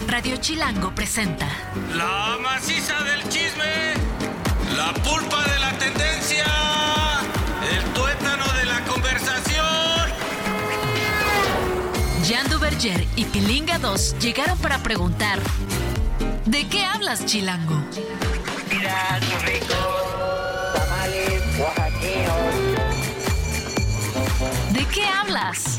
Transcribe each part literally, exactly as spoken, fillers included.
Radio Chilango presenta La maciza del chisme, la pulpa de la tendencia, el tuétano de la conversación. Jean Duverger y Pilinga dos llegaron para preguntar: ¿de qué hablas, Chilango? Mira tus ricos tamales oaxaqueños. ¿De qué hablas?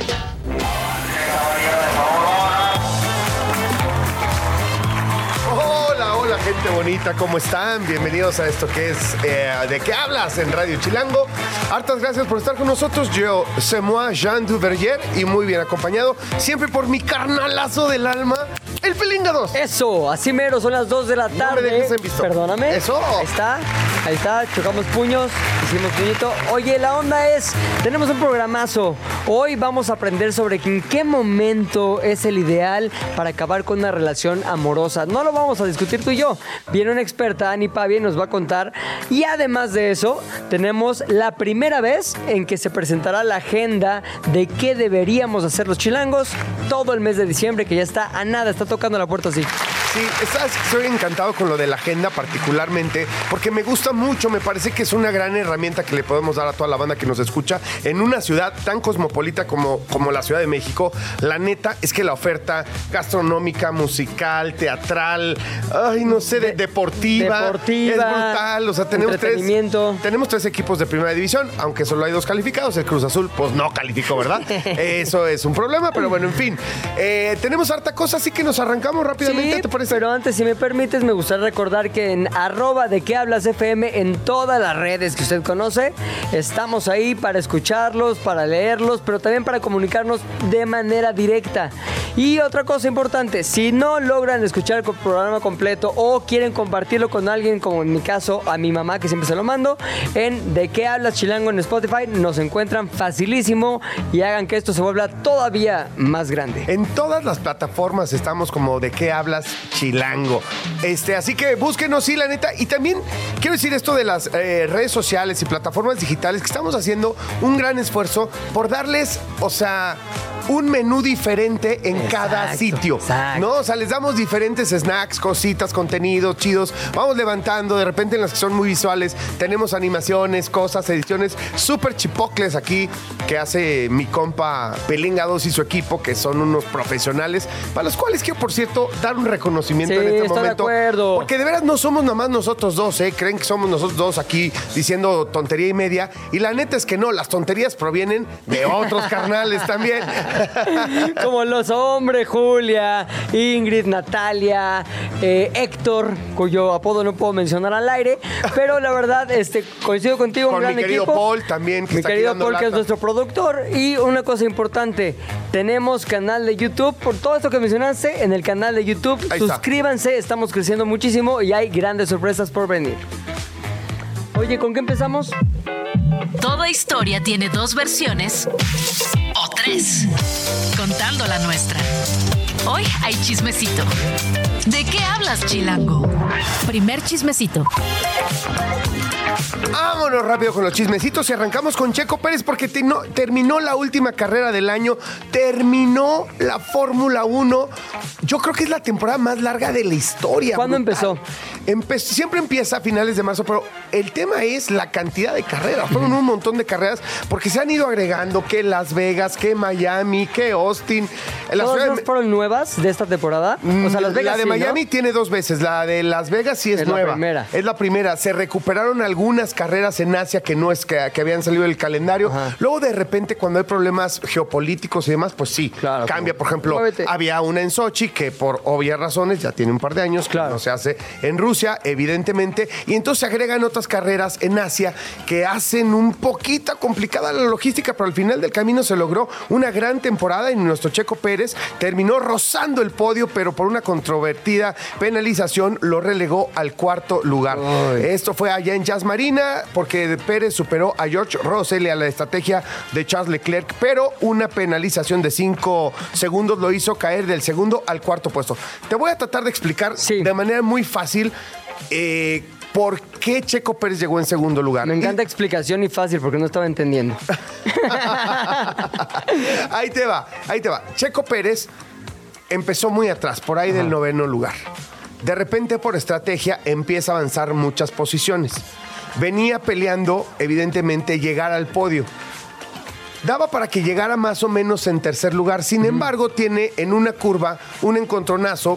Hola, hola gente bonita, ¿cómo están? Bienvenidos a esto que es eh, ¿de qué hablas? En Radio Chilango. Hartas gracias por estar con nosotros. Yo, c'est moi, Jean Duverger, y muy bien acompañado, siempre por mi carnalazo del alma, el Pilinga dos. Eso, así mero, son las dos de la tarde. No me dejes en visto. Perdóname. Eso. Ahí está, ahí está, chocamos puños, hicimos puñito. Oye, la onda es, tenemos un programazo. Hoy vamos a aprender sobre en qué momento es el ideal para acabar con una relación amorosa. No lo vamos a discutir tú y yo. Viene una experta, Ani Pavia, y nos va a contar. Y además de eso, tenemos la primera vez en que se presentará la agenda de qué deberíamos hacer los chilangos todo el mes de diciembre, que ya está a nada, está tocando la puerta así. Sí, estás, estoy encantado con lo de la agenda particularmente, porque me gusta mucho, me parece que es una gran herramienta que le podemos dar a toda la banda que nos escucha en una ciudad tan cosmopolita como, como la Ciudad de México. La neta es que la oferta gastronómica, musical, teatral, ay, no sé, de, deportiva, deportiva, es brutal. O sea, tenemos tres, tenemos tres equipos de primera división, aunque solo hay dos calificados. El Cruz Azul, pues no calificó, ¿verdad? Eso es un problema, pero bueno, en fin. Eh, tenemos harta cosa, así que nos arrancamos rápidamente, sí, ¿te parece? Pero antes, si me permites, me gustaría recordar que en arroba de qué hablas F M, en todas las redes que usted conoce, estamos ahí para escucharlos, para leerlos, pero también para comunicarnos de manera directa. Y otra cosa importante, si no logran escuchar el programa completo o quieren compartirlo con alguien, como en mi caso, a mi mamá, que siempre se lo mando, en De qué hablas Chilango en Spotify, nos encuentran facilísimo y hagan que esto se vuelva todavía más grande. En todas las plataformas estamos como De qué hablas Chilango. Este, así que búsquenos, sí, la neta. Y también quiero decir esto de las eh, redes sociales y plataformas digitales, que estamos haciendo un gran esfuerzo por darles, o sea, un menú diferente en exacto, cada sitio, exacto. ¿no? O sea, les damos diferentes snacks, cositas, contenidos chidos. Vamos levantando, de repente en las que son muy visuales, tenemos animaciones, cosas, ediciones súper chipocles aquí que hace mi compa Pilinga dos y su equipo, que son unos profesionales, para los cuales quiero, por cierto, dar un reconocimiento sí, en este estoy momento. De acuerdo. Porque de veras no somos nomás nosotros dos, ¿eh? Creen que somos nosotros dos aquí diciendo tontería y media. Y la neta es que no, las tonterías provienen de otros carnales también. Como los hombres, Julia, Ingrid, Natalia, eh, Héctor, cuyo apodo no puedo mencionar al aire, pero la verdad, este, coincido contigo, con un gran mi querido equipo. Paul también, que mi está querido Paul, lata. que es nuestro productor. Y una cosa importante, tenemos canal de YouTube, por todo esto que mencionaste, en el canal de YouTube, ahí suscríbanse, está. Estamos creciendo muchísimo y hay grandes sorpresas por venir. Oye, ¿con qué empezamos? Toda historia tiene dos versiones o tres, contando la nuestra. Hoy hay chismecito. ¿De qué hablas, Chilango? Primer chismecito. Vámonos rápido con los chismecitos y arrancamos con Checo Pérez porque tino, terminó la última carrera del año, terminó la Fórmula uno. Yo creo que es la temporada más larga de la historia. ¿Cuándo brutal. empezó? Empezó? Siempre empieza a finales de marzo, pero el tema es la cantidad de carreras. Fueron un montón de carreras porque se han ido agregando que Las Vegas, que Miami, que Austin. La ¿Todas ciudad de... fueron nuevas de esta temporada? O sea, Las Vegas La de sí, Miami ¿no? tiene dos veces. La de Las Vegas sí es, es nueva. La primera. Es la primera. Se recuperaron algunas carreras en Asia que no es que, que habían salido del calendario. Ajá. Luego, de repente, cuando hay problemas geopolíticos y demás, pues sí, claro, cambia. Por ejemplo, muévete. Había una en Sochi que por obvias razones ya tiene un par de años, claro, no se hace en Rusia, evidentemente, y entonces se agregan otras carreras en Asia que hacen un poquito complicada la logística, pero al final del camino se logró una gran temporada y nuestro Checo Pérez terminó rozando el podio, pero por una controvertida penalización lo relegó al cuarto lugar. Ay. Esto fue allá en Yas Marina, porque Pérez superó a George Russell y a la estrategia de Charles Leclerc, pero una penalización de cinco segundos lo hizo caer del segundo al cuarto puesto. Te voy a tratar de explicar sí. de manera muy fácil eh, por qué Checo Pérez llegó en segundo lugar. Me encanta explicación y fácil porque no estaba entendiendo. Ahí te va, ahí te va. Checo Pérez empezó muy atrás, por ahí Ajá. del noveno lugar. De repente, por estrategia, empieza a avanzar muchas posiciones. Venía peleando, evidentemente, llegar al podio. Daba para que llegara más o menos en tercer lugar. Sin uh-huh. embargo, tiene en una curva un encontronazo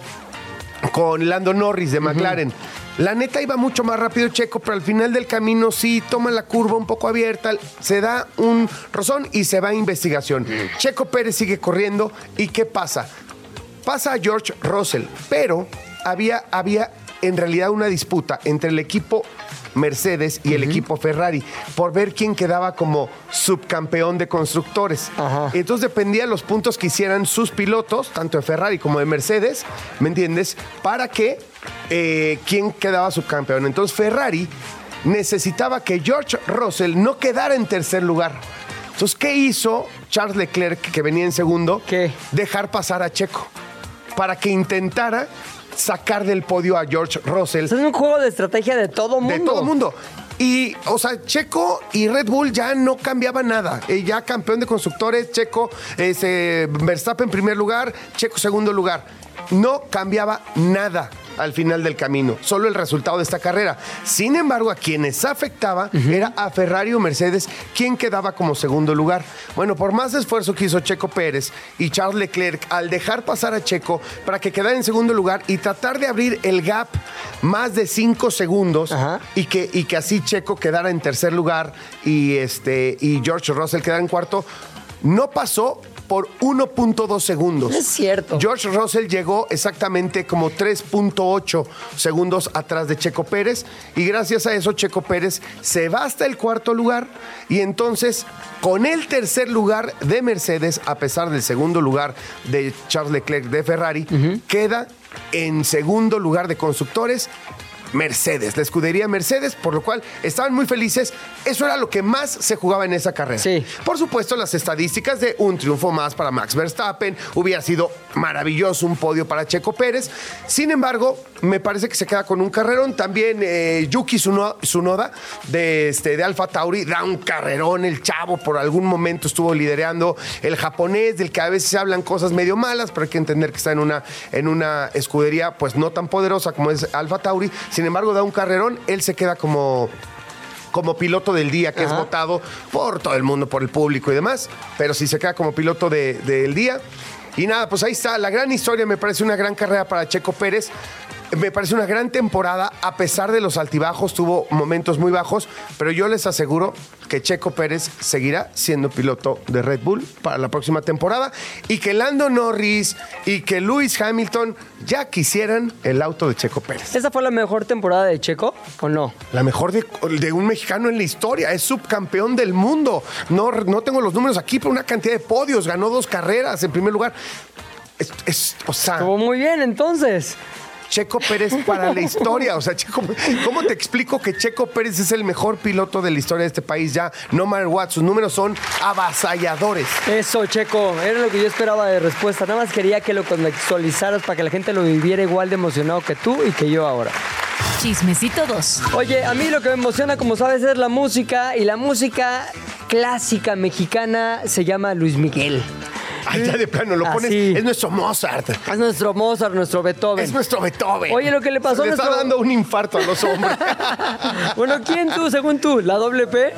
con Lando Norris de McLaren. Uh-huh. La neta iba mucho más rápido Checo, pero al final del camino sí toma la curva un poco abierta, se da un rozón y se va a investigación. Uh-huh. Checo Pérez sigue corriendo. ¿Y qué pasa? Pasa a George Russell, pero había, había en realidad una disputa entre el equipo Mercedes y el uh-huh. equipo Ferrari por ver quién quedaba como subcampeón de constructores. Ajá. Entonces dependía de los puntos que hicieran sus pilotos, tanto de Ferrari como de Mercedes, ¿me entiendes? Para que eh, quién quedaba subcampeón. Entonces Ferrari necesitaba que George Russell no quedara en tercer lugar. Entonces, ¿qué hizo Charles Leclerc, que venía en segundo? ¿Qué? Dejar pasar a Checo para que intentara sacar del podio a George Russell. Es un juego de estrategia de todo mundo. De todo mundo. Y, o sea, Checo y Red Bull ya no cambiaban nada. Eh, ya campeón de constructores, Checo, eh, Verstappen en primer lugar, Checo segundo lugar. No cambiaba nada al final del camino, solo el resultado de esta carrera. Sin embargo, a quienes afectaba uh-huh. era a Ferrari o Mercedes, quien quedaba como segundo lugar. Bueno, por más esfuerzo que hizo Checo Pérez y Charles Leclerc al dejar pasar a Checo para que quedara en segundo lugar y tratar de abrir el gap más de cinco segundos uh-huh. y, que, y que así Checo quedara en tercer lugar y, este, y George Russell quedara en cuarto, no pasó por uno punto dos segundos. No es cierto. George Russell llegó exactamente como tres punto ocho segundos atrás de Checo Pérez y gracias a eso Checo Pérez se va hasta el cuarto lugar y entonces con el tercer lugar de Mercedes, a pesar del segundo lugar de Charles Leclerc de Ferrari, uh-huh. queda en segundo lugar de constructores Mercedes, la escudería Mercedes, por lo cual estaban muy felices. Eso era lo que más se jugaba en esa carrera. Sí. Por supuesto, las estadísticas de un triunfo más para Max Verstappen, hubiera sido maravilloso un podio para Checo Pérez. Sin embargo, me parece que se queda con un carrerón. También eh, Yuki Tsunoda de, este, de Alfa Tauri da un carrerón. El chavo por algún momento estuvo liderando. El japonés, del que a veces se hablan cosas medio malas, pero hay que entender que está en una, en una escudería pues no tan poderosa como es Alfa Tauri. Sin embargo, da un carrerón. Él se queda como... como piloto del día, que Ajá. es votado por todo el mundo, por el público y demás, pero sí se queda como piloto de, del día. Y nada, pues ahí está, la gran historia, me parece una gran carrera para Checo Pérez. Me parece una gran temporada, a pesar de los altibajos, tuvo momentos muy bajos, pero yo les aseguro que Checo Pérez seguirá siendo piloto de Red Bull para la próxima temporada y que Lando Norris y que Lewis Hamilton ya quisieran el auto de Checo Pérez. ¿Esa fue la mejor temporada de Checo o no? La mejor de, de un mexicano en la historia, es subcampeón del mundo. No, no tengo los números aquí, pero una cantidad de podios, ganó dos carreras en primer lugar. Es, es, o sea, estuvo muy bien entonces. Checo Pérez para la historia. O sea, Checo, ¿cómo te explico que Checo Pérez es el mejor piloto de la historia de este país? Ya, no matter what, sus números son avasalladores. Eso, Checo, era lo que yo esperaba de respuesta. Nada más quería que lo contextualizaras para que la gente lo viviera igual de emocionado que tú y que yo ahora. Chismecito dos. Oye, a mí lo que me emociona, como sabes, es la música. Y la música clásica mexicana se llama Luis Miguel. Ay, ya de plano, lo pones. Así. Es nuestro Mozart. Es nuestro Mozart, nuestro Beethoven. Es nuestro Beethoven. Oye, lo que le pasó Se le a nuestro... está dando un infarto a los hombres. Bueno, ¿quién tú, según tú? ¿La doble P?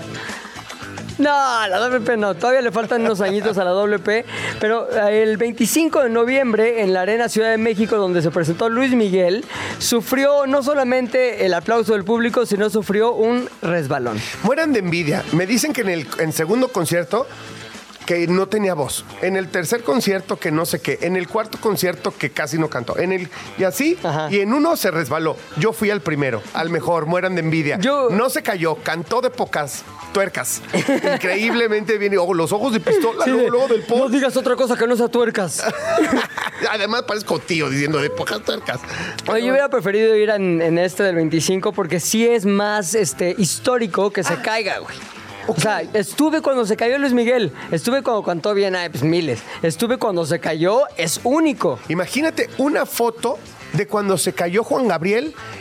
No, la doble P no. Todavía le faltan unos añitos a la doble P. Pero el veinticinco de noviembre, en la Arena Ciudad de México, donde se presentó Luis Miguel, sufrió no solamente el aplauso del público, sino sufrió un resbalón. Mueran de envidia. Me dicen que en el en segundo concierto que no tenía voz. En el tercer concierto que no sé qué. En el cuarto concierto que casi no cantó. En el y así. Ajá. Y en uno se resbaló. Yo fui al primero, al mejor. Mueran de envidia. Yo... No se cayó. Cantó de pocas tuercas. Increíblemente bien. Oh, los ojos de pistola. Sí, luego, luego del pop. No digas otra cosa que no sea tuercas. Además parezco tío diciendo de pocas tuercas. Oye, yo hubiera preferido ir en, en este del veinticinco porque sí es más este, histórico que se ah. caiga, güey. Okay. O sea, estuve cuando se cayó Luis Miguel, estuve cuando cantó bien, ay, pues miles. Estuve cuando se cayó, es único. Imagínate una foto de cuando se cayó Juan Gabriel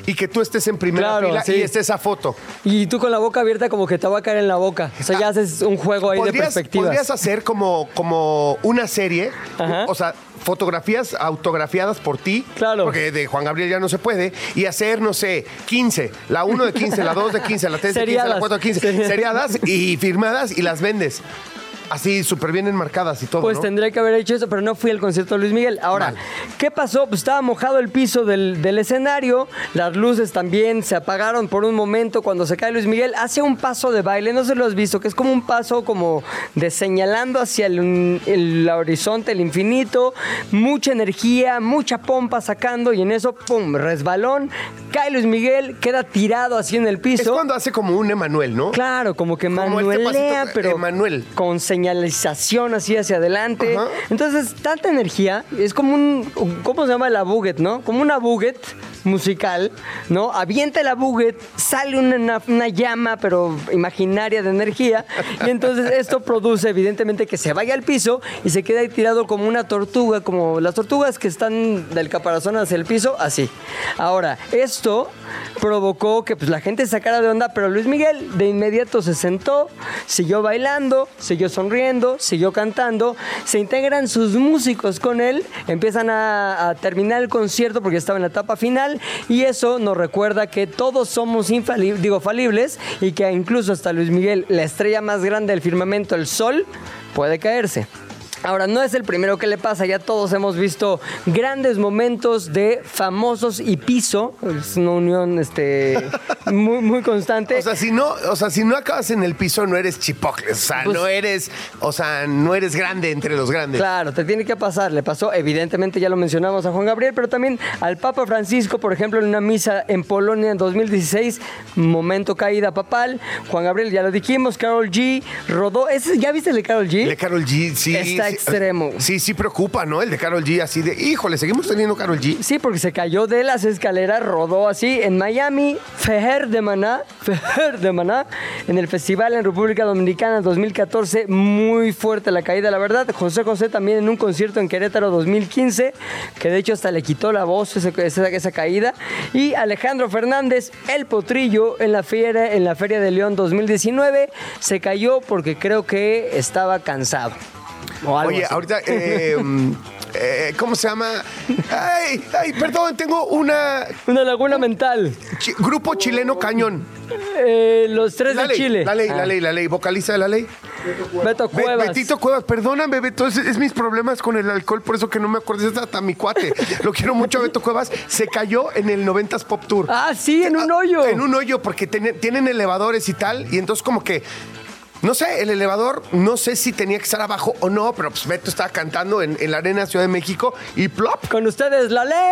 y que tú estés en primera Claro, fila sí. y esté esa foto. Y tú con la boca abierta como que te va a caer en la boca. O sea, ya haces un juego ahí de ¿Podrías, perspectivas. podrías hacer como, como una serie, Ajá. o sea, fotografías autografiadas por ti, Claro. porque de Juan Gabriel ya no se puede, y hacer, no sé, quince, la uno de quince, la dos de quince, la tres de quince, la Seriadas. cuatro de quince, Seriadas. seriadas y firmadas y las vendes. Así, súper bien enmarcadas y todo, Pues ¿no? tendría que haber hecho eso, pero no fui al concierto de Luis Miguel. Ahora, Mal. ¿qué pasó? Pues estaba mojado el piso del, del escenario, las luces también se apagaron por un momento cuando se cae Luis Miguel. Hace un paso de baile, no se lo has visto, que es como un paso como de señalando hacia el, el horizonte, el infinito, mucha energía, mucha pompa sacando y en eso, pum, resbalón, cae Luis Miguel, queda tirado así en el piso. Es cuando hace como un Emanuel, ¿no? Claro, como que Como este manuelea, pasito, pero Emanuel. con señalización así hacia adelante. Ajá. Entonces, tanta energía, es como un, ¿cómo se llama? La buget, ¿no? Como una buget musical, ¿no? Avienta la buget, sale una, una- una llama, pero imaginaria de energía, y entonces esto produce evidentemente que se vaya al piso y se queda ahí tirado como una tortuga, como las tortugas que están del caparazón hacia el piso, así. Ahora, esto provocó que pues, la gente se sacara de onda, pero Luis Miguel de inmediato se sentó, siguió bailando, siguió sonriendo, siguió cantando, se integran sus músicos con él, empiezan a, a terminar el concierto porque estaba en la etapa final y eso nos recuerda que todos somos infalibles, digo falibles y que incluso hasta Luis Miguel, la estrella más grande del firmamento, el sol, puede caerse. Ahora, no es el primero que le pasa, ya todos hemos visto grandes momentos de famosos y piso, es una unión este, muy, muy constante. O sea, si no, o sea, si no acabas en el piso, no eres chipocle. O sea, Pues- no eres, o sea, no eres grande entre los grandes. Claro, te tiene que pasar. Le pasó, evidentemente, ya lo mencionamos a Juan Gabriel, pero también al Papa Francisco, por ejemplo, en una misa en Polonia en dos mil dieciséis, momento caída papal. Juan Gabriel, ya lo dijimos, Karol G, rodó. ¿Ese- ¿Ya viste el de Karol G? El de Karol G, sí. Está sí, extremo. Sí, sí preocupa, ¿no? El de Karol G, así de, híjole, seguimos teniendo Karol G. Sí, porque se cayó de las escaleras, rodó así en Miami, Fejer de Maná, Fejer de Maná, en el festival en República Dominicana dos mil catorce, muy fuerte la caída, la verdad. José José también en un concierto en Querétaro dos mil quince, que de hecho hasta le quitó la voz ese- esa, esa caída. Y Alejandro Fernández, el potrillo, en la feria, en la Feria de León dos mil diecinueve, se cayó porque creo que estaba cansado. O algo Oye, así. ahorita, eh, mm, eh, ¿cómo se llama? Ay, ay, perdón, tengo una... Una laguna mental. chi- grupo chileno Cañón. Eh, los tres La de ley, Chile. la ley, Ah. la ley, la ley. Vocalista de la ley. Beto Be- Cuevas. Betito Cuevas, perdóname, Beto, es, es mis problemas con el alcohol, por eso que no me acuerdo, es hasta mi cuate. Lo quiero mucho a Beto Cuevas. Se cayó en el noventas Pop Tour. Ah, sí, en un hoyo. En un hoyo, porque ten- tienen elevadores y tal, y entonces como que... No sé, el elevador, no sé si tenía que estar abajo o no, pero pues Beto estaba cantando en, en la Arena Ciudad de México y plop. Con ustedes, la ley.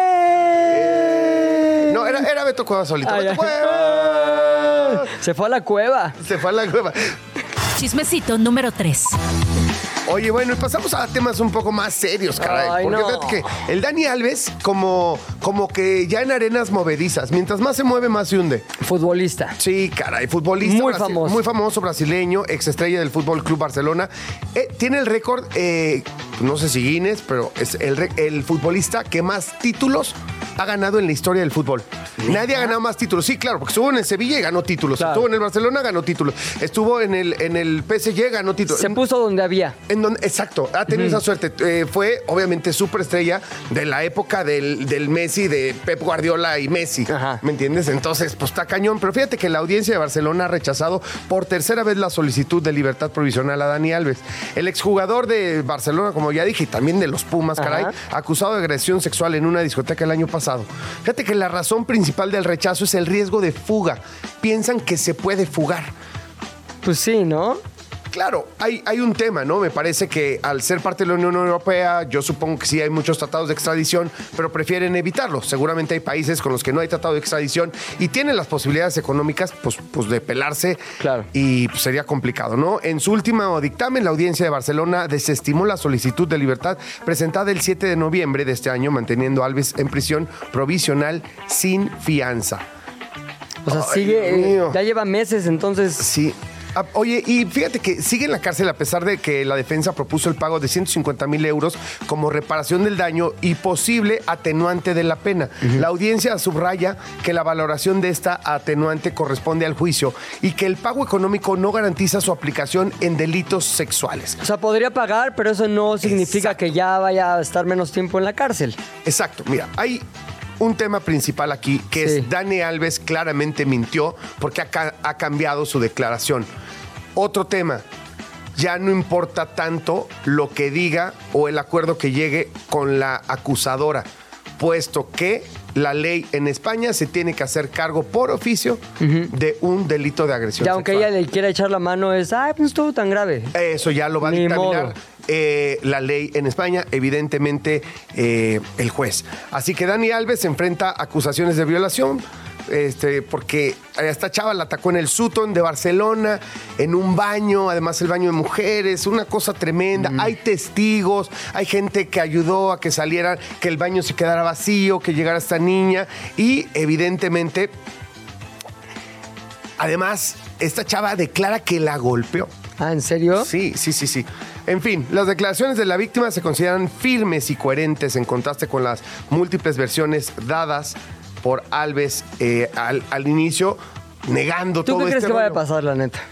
No, era, era Beto Cuevas solito. Ah, Beto ya. Cuevas. Se fue a la cueva. Se fue a la cueva. Chismecito número tres. Oye, bueno, y pasamos a temas un poco más serios, caray. Ay, porque no. fíjate que el Dani Alves, como, como que ya en arenas movedizas, mientras más se mueve, más se hunde. Futbolista. Sí, caray, futbolista. Muy brasi- famoso. Muy famoso, brasileño, exestrella del Fútbol Club Barcelona. Eh, tiene el récord, eh, no sé si Guinness, pero es el, re- el futbolista que más títulos ha ganado en la historia del fútbol. Nadie ha ganado más títulos. Sí, claro, porque estuvo en el Sevilla y ganó títulos. Claro. Estuvo en el Barcelona, ganó títulos. Estuvo en el, en el P S G, ganó títulos. Se puso donde había. En donde, exacto, ha tenido esa suerte. Eh, fue, obviamente, superestrella de la época del, del Messi, de Pep Guardiola y Messi. Ajá. ¿Me entiendes? Entonces, pues está cañón. Pero fíjate que la audiencia de Barcelona ha rechazado por tercera vez la solicitud de libertad provisional a Dani Alves. El exjugador de Barcelona, como ya dije, y también de los Pumas, Ajá. caray, acusado de agresión sexual en una discoteca el año pasado. Fíjate que la razón principal del rechazo es el riesgo de fuga. Piensan que se puede fugar. Pues sí, ¿no? Claro, hay, hay un tema, ¿no? Me parece que al ser parte de la Unión Europea, yo supongo que sí hay muchos tratados de extradición, pero prefieren evitarlo. Seguramente hay países con los que no hay tratado de extradición y tienen las posibilidades económicas, pues, pues de pelarse. Claro. Y pues, sería complicado, ¿no? En su último dictamen, la audiencia de Barcelona desestimó la solicitud de libertad presentada el siete de noviembre de este año, manteniendo a Alves en prisión provisional sin fianza. O sea, Ay, sigue. Dios eh, mío. ya lleva meses, entonces. Sí. Ah, oye, y fíjate que sigue en la cárcel a pesar de que la defensa propuso el pago de ciento cincuenta mil euros como reparación del daño y posible atenuante de la pena. Uh-huh. La audiencia subraya que la valoración de esta atenuante corresponde al juicio y que el pago económico no garantiza su aplicación en delitos sexuales. O sea, podría pagar, pero eso no significa Exacto. que ya vaya a estar menos tiempo en la cárcel. Exacto. Mira, hay un tema principal aquí, que sí. es Dani Alves claramente mintió porque ha, ca- ha cambiado su declaración. Otro tema, ya no importa tanto lo que diga o el acuerdo que llegue con la acusadora, puesto que la ley en España se tiene que hacer cargo por oficio uh-huh. de un delito de agresión ya, aunque sexual. ella le quiera echar la mano, es, ay, pues no estuvo tan grave. Eso ya lo va a Ni dictaminar modo. Eh, la ley en España, evidentemente eh, el juez. Así que Dani Alves se enfrenta a acusaciones de violación, este, porque a esta chava la atacó en el Sutton de Barcelona, en un baño, además el baño de mujeres, una cosa tremenda. Mm. Hay testigos, hay gente que ayudó a que saliera, que el baño se quedara vacío, que llegara esta niña y evidentemente, además, esta chava declara que la golpeó. Ah, ¿en serio? Sí, sí, sí, sí. En fin, las declaraciones de la víctima se consideran firmes y coherentes en contraste con las múltiples versiones dadas por Alves eh, al, al inicio, negando todo ¿Tú qué este crees que rollo. vaya a pasar, la neta?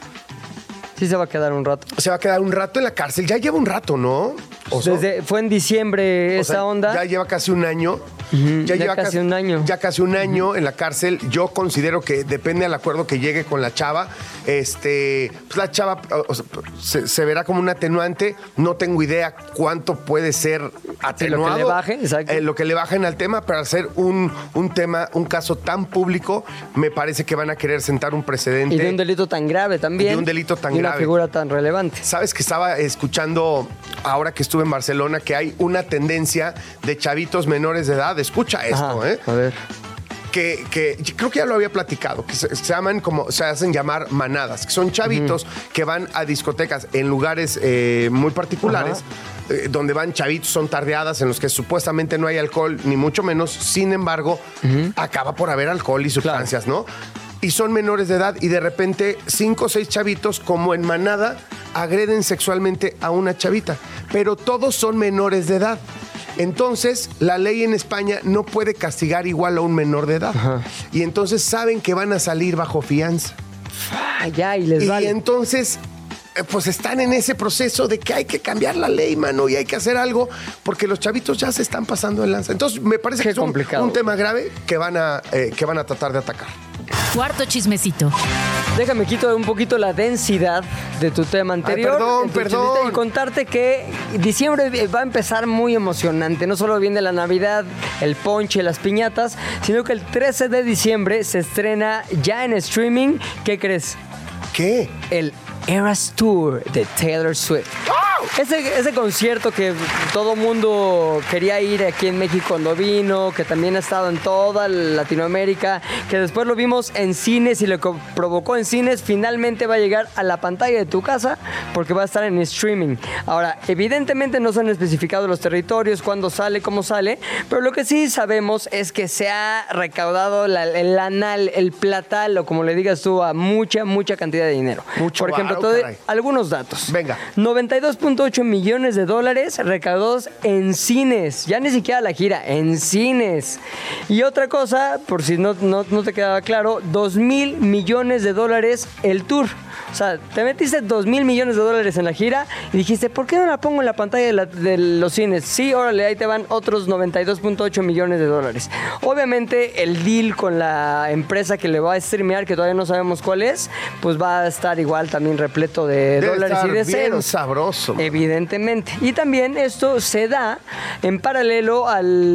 Sí se va a quedar un rato. Se va a quedar un rato en la cárcel. Ya lleva un rato, ¿no? O Desde, fue en diciembre o esa sea, onda. Ya lleva casi un año. Uh-huh, ya, ya lleva casi un año. Ya casi un año uh-huh. en la cárcel. Yo considero que depende del acuerdo que llegue con la chava. Este, pues la chava o sea, se, se verá como un atenuante. No tengo idea cuánto puede ser atenuado. Sí, lo que le baje, exacto. Eh, lo que le bajen al tema, para hacer un, un tema, un caso tan público, me parece que van a querer sentar un precedente. Y de un delito tan grave también. Y de un delito tan y grave. una figura tan relevante. Sabes que estaba escuchando, ahora que estuve en Barcelona, que hay una tendencia de chavitos menores de edad. Escucha esto, Ajá, ¿eh? A ver. Que, que creo que ya lo había platicado, que se, se llaman como, se hacen llamar manadas, que son chavitos uh-huh. que van a discotecas en lugares eh, muy particulares, eh, donde van chavitos, son tardeadas en los que supuestamente no hay alcohol, ni mucho menos, sin embargo, uh-huh. acaba por haber alcohol y sustancias, claro. ¿no? Y son menores de edad y de repente cinco o seis chavitos, como en manada, agreden sexualmente a una chavita, pero todos son menores de edad. Entonces, la ley en España no puede castigar igual a un menor de edad. Ajá. Y entonces saben que van a salir bajo fianza. Ah, ya, y les y vale. Y entonces, pues están en ese proceso de que hay que cambiar la ley, mano, y hay que hacer algo, porque los chavitos ya se están pasando de lanza. Entonces, me parece Qué que es un, un tema grave que van a, eh, que van a tratar de atacar. Cuarto chismecito. Déjame quito un poquito la densidad de tu tema anterior. Ay, perdón, perdón. Y contarte que diciembre va a empezar muy emocionante. No solo viene la Navidad, el ponche, las piñatas, sino que el trece de diciembre se estrena ya en streaming. ¿Qué crees? ¿Qué? El Eras Tour de Taylor Swift. Ese, ese concierto que todo mundo quería ir aquí en México cuando vino, que también ha estado en toda Latinoamérica, que después lo vimos en cines y lo que provocó en cines, finalmente va a llegar a la pantalla de tu casa porque va a estar en streaming. Ahora, evidentemente no se han especificado los territorios, cuándo sale, cómo sale, pero lo que sí sabemos es que se ha recaudado la, el anal, el platal, o como le digas tú, a mucha, mucha cantidad de dinero. Mucho Por ejemplo, varo, todo, caray. algunos datos. Venga. noventa y dos punto ocho millones de dólares recaudados en cines. Ya ni siquiera la gira, en cines. Y otra cosa, por si no, no, no te quedaba claro, dos mil millones de dólares el tour. O sea, te metiste dos mil millones de dólares en la gira y dijiste, ¿por qué no la pongo en la pantalla de, la, de los cines? Sí, órale, ahí te van otros noventa y dos punto ocho millones de dólares. Obviamente, el deal con la empresa que le va a streamear, que todavía no sabemos cuál es, pues va a estar igual también repleto de Debe dólares estar y de bien ceros. sabroso. Man. Evidentemente. Y también esto se da en paralelo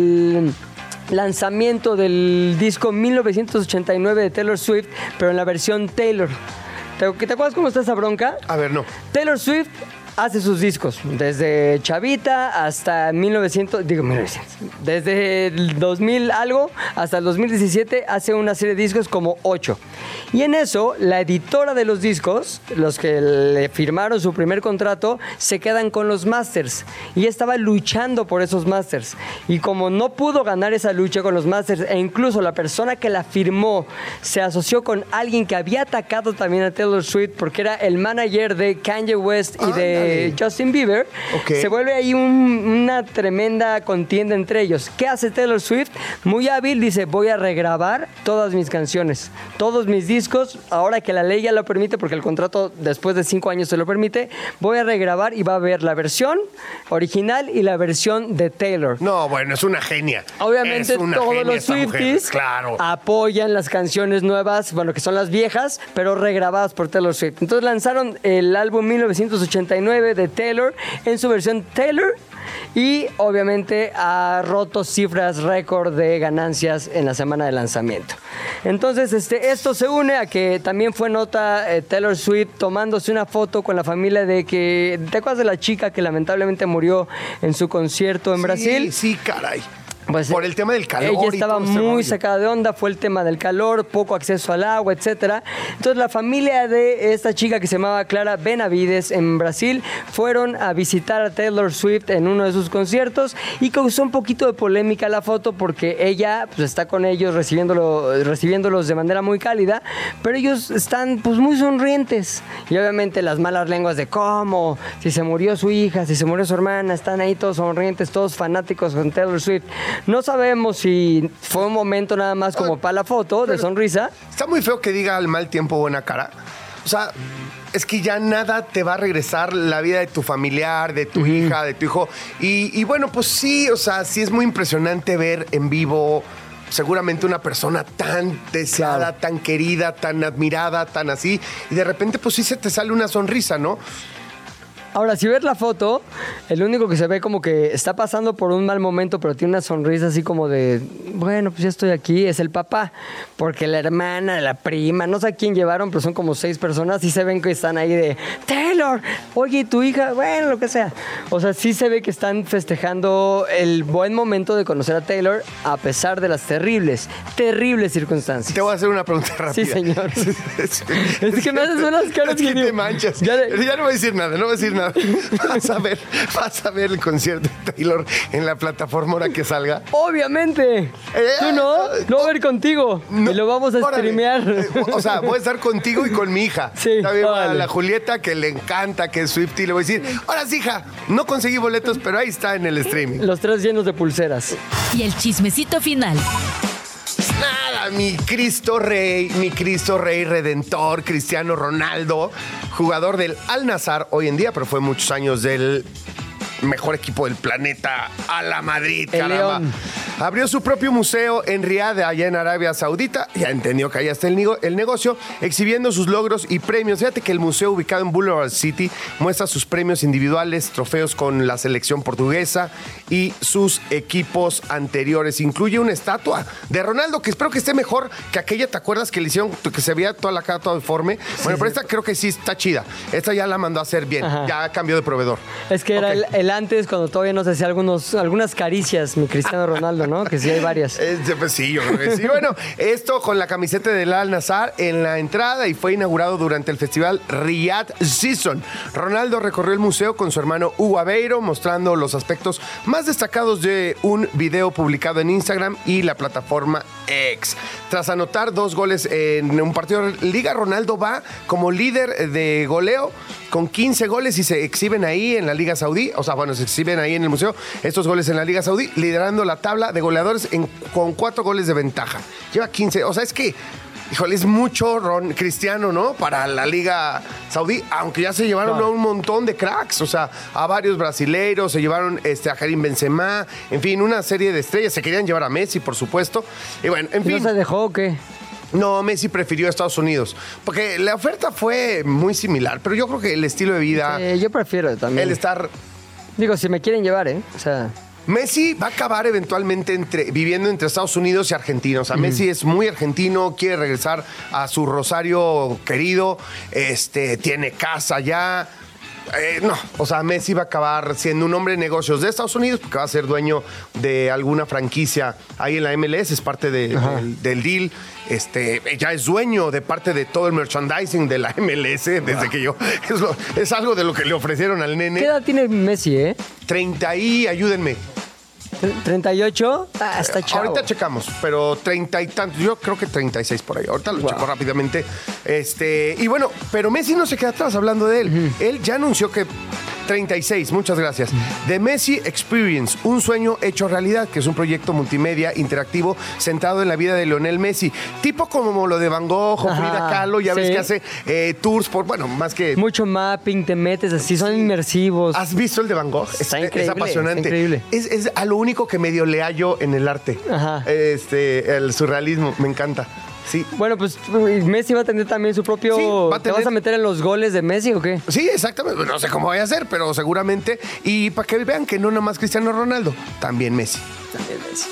al lanzamiento del disco mil novecientos ochenta y nueve de Taylor Swift, pero en la versión Taylor. ¿Te, ¿te acuerdas cómo está esa bronca? A ver, no. Taylor Swift hace sus discos, desde chavita hasta mil novecientos, digo mil novecientos, desde el dos mil algo hasta el dos mil diecisiete hace una serie de discos como ocho. Y en eso, la editora de los discos, los que le firmaron su primer contrato, se quedan con los masters. Y estaba luchando por esos masters. Y como no pudo ganar esa lucha con los masters, e incluso la persona que la firmó se asoció con alguien que había atacado también a Taylor Swift, porque era el manager de Kanye West y ah, de dale. Justin Bieber, okay. Se vuelve ahí un, una tremenda contienda entre ellos. ¿Qué hace Taylor Swift? Muy hábil, dice, voy a regrabar todas mis canciones, todos mis discos, ahora que la ley ya lo permite, porque el contrato después de cinco años se lo permite, voy a regrabar y va a haber la versión original y la versión de Taylor. No, bueno, es una genia. Obviamente una todos genia los Swifties claro. apoyan las canciones nuevas, bueno, que son las viejas, pero regrabadas por Taylor Swift. Entonces lanzaron el álbum mil novecientos ochenta y nueve de Taylor en su versión Taylor, y obviamente ha roto cifras récord de ganancias en la semana de lanzamiento. Entonces, este, esto se une a que también fue nota eh, Taylor Swift tomándose una foto con la familia de que... ¿Te acuerdas de la chica que lamentablemente murió en su concierto en sí, Brasil? Sí, caray. Pues, por el tema del calor. Ella estaba muy sacada de onda, fue el tema del calor, poco acceso al agua, etcétera. Entonces la familia de esta chica que se llamaba Clara Benavides en Brasil fueron a visitar a Taylor Swift en uno de sus conciertos y causó un poquito de polémica la foto porque ella pues, está con ellos recibiéndolo, recibiéndolos de manera muy cálida, pero ellos están pues muy sonrientes y obviamente las malas lenguas de cómo, si se murió su hija, si se murió su hermana, están ahí todos sonrientes, todos fanáticos con Taylor Swift. No sabemos si fue un momento nada más como para la foto de sonrisa. Está muy feo que diga al mal tiempo buena cara. O sea, es que ya nada te va a regresar la vida de tu familiar, de tu uh-huh. hija, de tu hijo. Y, y bueno, pues sí, o sea, sí es muy impresionante ver en vivo seguramente una persona tan deseada, claro. tan querida, tan admirada, tan así. Y de repente, pues sí se te sale una sonrisa, ¿no? Ahora, si ves la foto, el único que se ve como que está pasando por un mal momento, pero tiene una sonrisa así como de, bueno, pues ya estoy aquí, es el papá. Porque la hermana, la prima, no sé a quién llevaron, pero son como seis personas y se ven que están ahí de, Taylor, oye, tu hija, bueno, lo que sea. O sea, sí se ve que están festejando el buen momento de conocer a Taylor a pesar de las terribles, terribles circunstancias. Te voy a hacer una pregunta rápida. Sí, señor. Es que me haces unas caras es que, que te manchas. Ya, de... ya no voy a decir nada, no voy a decir nada. Vas a ver, vas a ver el concierto de Taylor en la plataforma ahora que salga. Obviamente. Eh, Tú no, no voy a ver contigo. No, y lo vamos a órale. streamear. Eh, o sea, voy a estar contigo y con mi hija. Sí. También a la Julieta, que le encanta, que es Swiftie, le voy a decir, ahora sí, hija, no conseguí boletos, pero ahí está en el streaming. Los tres llenos de pulseras. Y el chismecito final. Nada, mi Cristo Rey, mi Cristo Rey Redentor, Cristiano Ronaldo, jugador del Al-Nassr hoy en día, pero fue muchos años del mejor equipo del planeta, a la Madrid, el caramba. León. Abrió su propio museo en Riad, allá en Arabia Saudita. Ya entendió que allá está el, el negocio, exhibiendo sus logros y premios. Fíjate que el museo ubicado en Boulevard City muestra sus premios individuales, trofeos con la selección portuguesa y sus equipos anteriores. Incluye una estatua de Ronaldo, que espero que esté mejor que aquella, ¿te acuerdas que le hicieron, que se veía toda la cara toda deforme? Sí, bueno, pero esta creo que sí está chida. Esta ya la mandó a hacer bien. Ajá. Ya cambió de proveedor. Es que era okay. el, el antes, cuando todavía nos hacía algunos, algunas caricias, mi Cristiano Ronaldo, ¿no? Que sí hay varias. Eh, pues sí, yo creo que sí. Bueno, esto con la camiseta del Al-Nassr en la entrada y fue inaugurado durante el festival Riyadh Season. Ronaldo recorrió el museo con su hermano Hugo Aveiro, mostrando los aspectos más destacados de un video publicado en Instagram y la plataforma X. Tras anotar dos goles en un partido de Liga, Ronaldo va como líder de goleo con quince goles y se exhiben ahí en la Liga Saudí. O sea, bueno, se exhiben ahí en el museo estos goles en la Liga Saudí, liderando la tabla de goleadores en, con cuatro goles de ventaja. Lleva quince. O sea, es que, híjole, es mucho Ron, Cristiano, ¿no? Para la Liga Saudí, aunque ya se llevaron claro. a un montón de cracks. O sea, a varios brasileiros, se llevaron este, a Karim Benzema, en fin, una serie de estrellas. Se querían llevar a Messi, por supuesto. Y bueno, en fin. ¿No se dejó o qué? No, Messi prefirió Estados Unidos, porque la oferta fue muy similar, pero yo creo que el estilo de vida... Sí, yo prefiero también. El estar... Digo, si me quieren llevar, ¿eh? O sea... Messi va a acabar eventualmente entre, viviendo entre Estados Unidos y Argentina. O sea, mm. Messi es muy argentino, quiere regresar a su Rosario querido, este, tiene casa allá. eh, no. O sea, Messi va a acabar siendo un hombre de negocios de Estados Unidos porque va a ser dueño de alguna franquicia ahí en la M L S, es parte de, del, del deal. Este, ya es dueño de parte de todo el merchandising de la M L S desde wow. que yo... Es, lo, es algo de lo que le ofrecieron al nene. ¿Qué edad tiene Messi, eh? treinta y... Ayúdenme. ¿treinta y ocho? Ah, está chavo. Ahorita checamos, pero treinta y tantos. Yo creo que treinta y seis por ahí. Ahorita lo wow. checo rápidamente. Este, y bueno, pero Messi no se queda atrás hablando de él. Uh-huh. Él ya anunció que treinta y seis, muchas gracias. The Messi Experience, un sueño hecho realidad, que es un proyecto multimedia interactivo centrado en la vida de Lionel Messi. Tipo como lo de Van Gogh o Frida Kahlo, ya sí. ves que hace eh, tours por, bueno, más que... Mucho mapping, te metes así, son inmersivos. ¿Has visto el de Van Gogh? Está es, increíble. Es apasionante. Está increíble. Es, es a lo único que medio le hallo en el arte. Ajá. Este, el surrealismo, me encanta. Sí. Bueno, pues Messi va a tener también su propio... Sí, va a tener... ¿Te vas a meter en los goles de Messi o qué? Sí, exactamente. No sé cómo vaya a ser, pero seguramente. Y para que vean que no nada más Cristiano Ronaldo, también Messi. También Messi.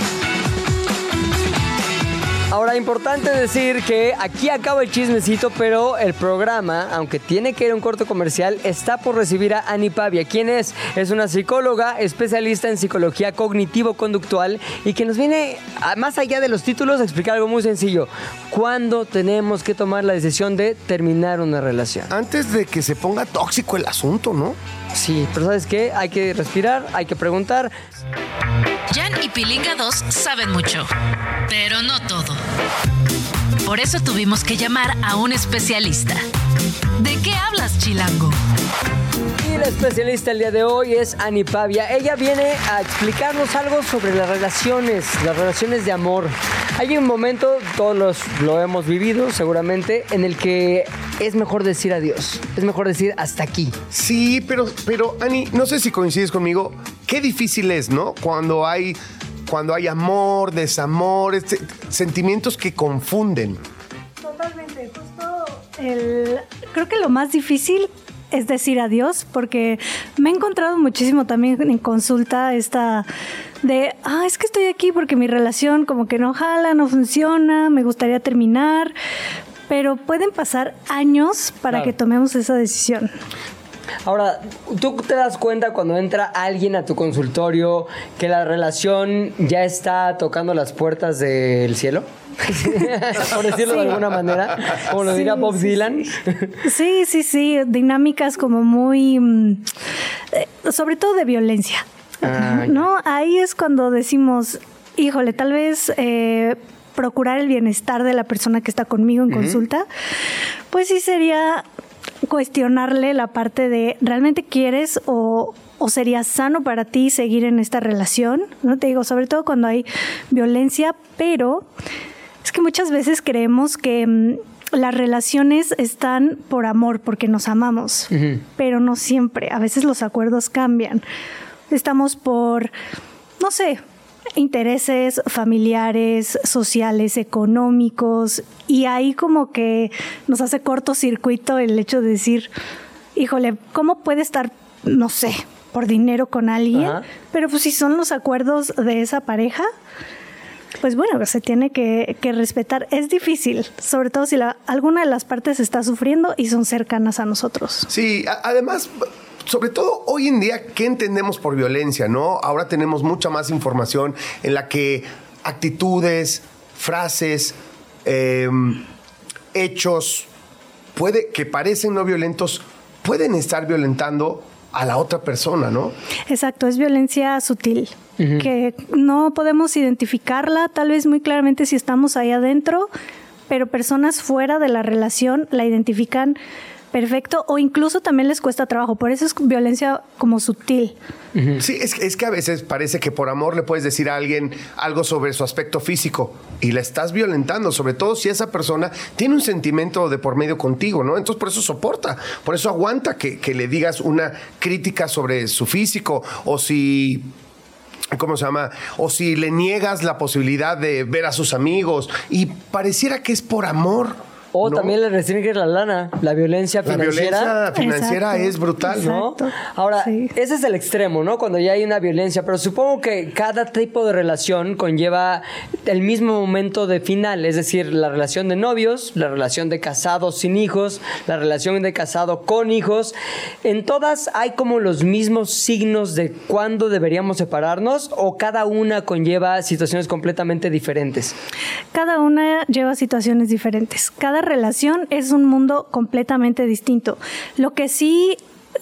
Ahora, importante decir que aquí acaba el chismecito, pero el programa, aunque tiene que ir a un corto comercial, está por recibir a Ani Pavia. ¿Quién es? Es una psicóloga especialista en psicología cognitivo-conductual y que nos viene, más allá de los títulos, a explicar algo muy sencillo. ¿Cuándo tenemos que tomar la decisión de terminar una relación? Antes de que se ponga tóxico el asunto, ¿no? Sí, pero ¿sabes qué? Hay que respirar, hay que preguntar. Jan y Pilinga dos saben mucho, pero no todo. Por eso tuvimos que llamar a un especialista. ¿De qué hablas, Chilango? Y la especialista el día de hoy es Ani Pavia. Ella viene a explicarnos algo sobre las relaciones, las relaciones de amor. Hay un momento, todos los, lo hemos vivido seguramente, en el que es mejor decir adiós. Es mejor decir hasta aquí. Sí, pero, pero Ani, no sé si coincides conmigo. Qué difícil es, ¿no? Cuando hay, cuando hay amor, desamor, este, sentimientos que confunden. Totalmente. Justo el, creo que lo más difícil es decir adiós, porque me he encontrado muchísimo también en consulta esta de, ah, es que estoy aquí porque mi relación como que no jala, no funciona, me gustaría terminar, pero pueden pasar años para claro. que tomemos esa decisión. Ahora, ¿tú te das cuenta cuando entra alguien a tu consultorio que la relación ya está tocando las puertas del cielo? Por decirlo sí. de alguna manera, como lo sí, diría Bob sí, Dylan. Sí, sí, sí, dinámicas como muy, eh, sobre todo de violencia, ah, ¿no? Ahí es cuando decimos, híjole, tal vez eh, procurar el bienestar de la persona que está conmigo en uh-huh. consulta, pues sí sería cuestionarle la parte de ¿realmente quieres o, o sería sano para ti seguir en esta relación? No te digo, sobre todo cuando hay violencia, pero es que muchas veces creemos que mmm, las relaciones están por amor, porque nos amamos, uh-huh. pero no siempre. A veces los acuerdos cambian. Estamos por, no sé, intereses familiares, sociales, económicos, y ahí como que nos hace cortocircuito el hecho de decir, híjole, ¿cómo puede estar, no sé, por dinero con alguien? Uh-huh. Pero pues si son los acuerdos de esa pareja, pues bueno, se tiene que, que respetar. Es difícil, sobre todo si la, alguna de las partes está sufriendo y son cercanas a nosotros. Sí, a- además... Sobre todo hoy en día, ¿qué entendemos por violencia, no? Ahora tenemos mucha más información en la que actitudes, frases, eh, hechos, puede, que parecen no violentos, pueden estar violentando a la otra persona, ¿no? Exacto, es violencia sutil, uh-huh. que no podemos identificarla tal vez muy claramente si estamos ahí adentro, pero personas fuera de la relación la identifican perfecto, o incluso también les cuesta trabajo. Por eso es violencia como sutil. Uh-huh. Sí, es, es que a veces parece que por amor le puedes decir a alguien algo sobre su aspecto físico y la estás violentando, sobre todo si esa persona tiene un sentimiento de por medio contigo, ¿no? Entonces por eso soporta, por eso aguanta que, que le digas una crítica sobre su físico, o si... ¿Cómo se llama? O si le niegas la posibilidad de ver a sus amigos, y pareciera que es por amor. O ¿no? también le restringes la lana, la violencia financiera. La violencia financiera Exacto. es brutal, ¿no? Exacto. Ahora, Sí. ese es el extremo, ¿no? Cuando ya hay una violencia, pero supongo que cada tipo de relación conlleva el mismo momento de final, es decir, la relación de novios, la relación de casados sin hijos, la relación de casado con hijos. En todas hay como los mismos signos de cuándo deberíamos separarnos, o cada una conlleva situaciones completamente diferentes. Cada una lleva situaciones diferentes. Cada relación es un mundo completamente distinto. Lo que sí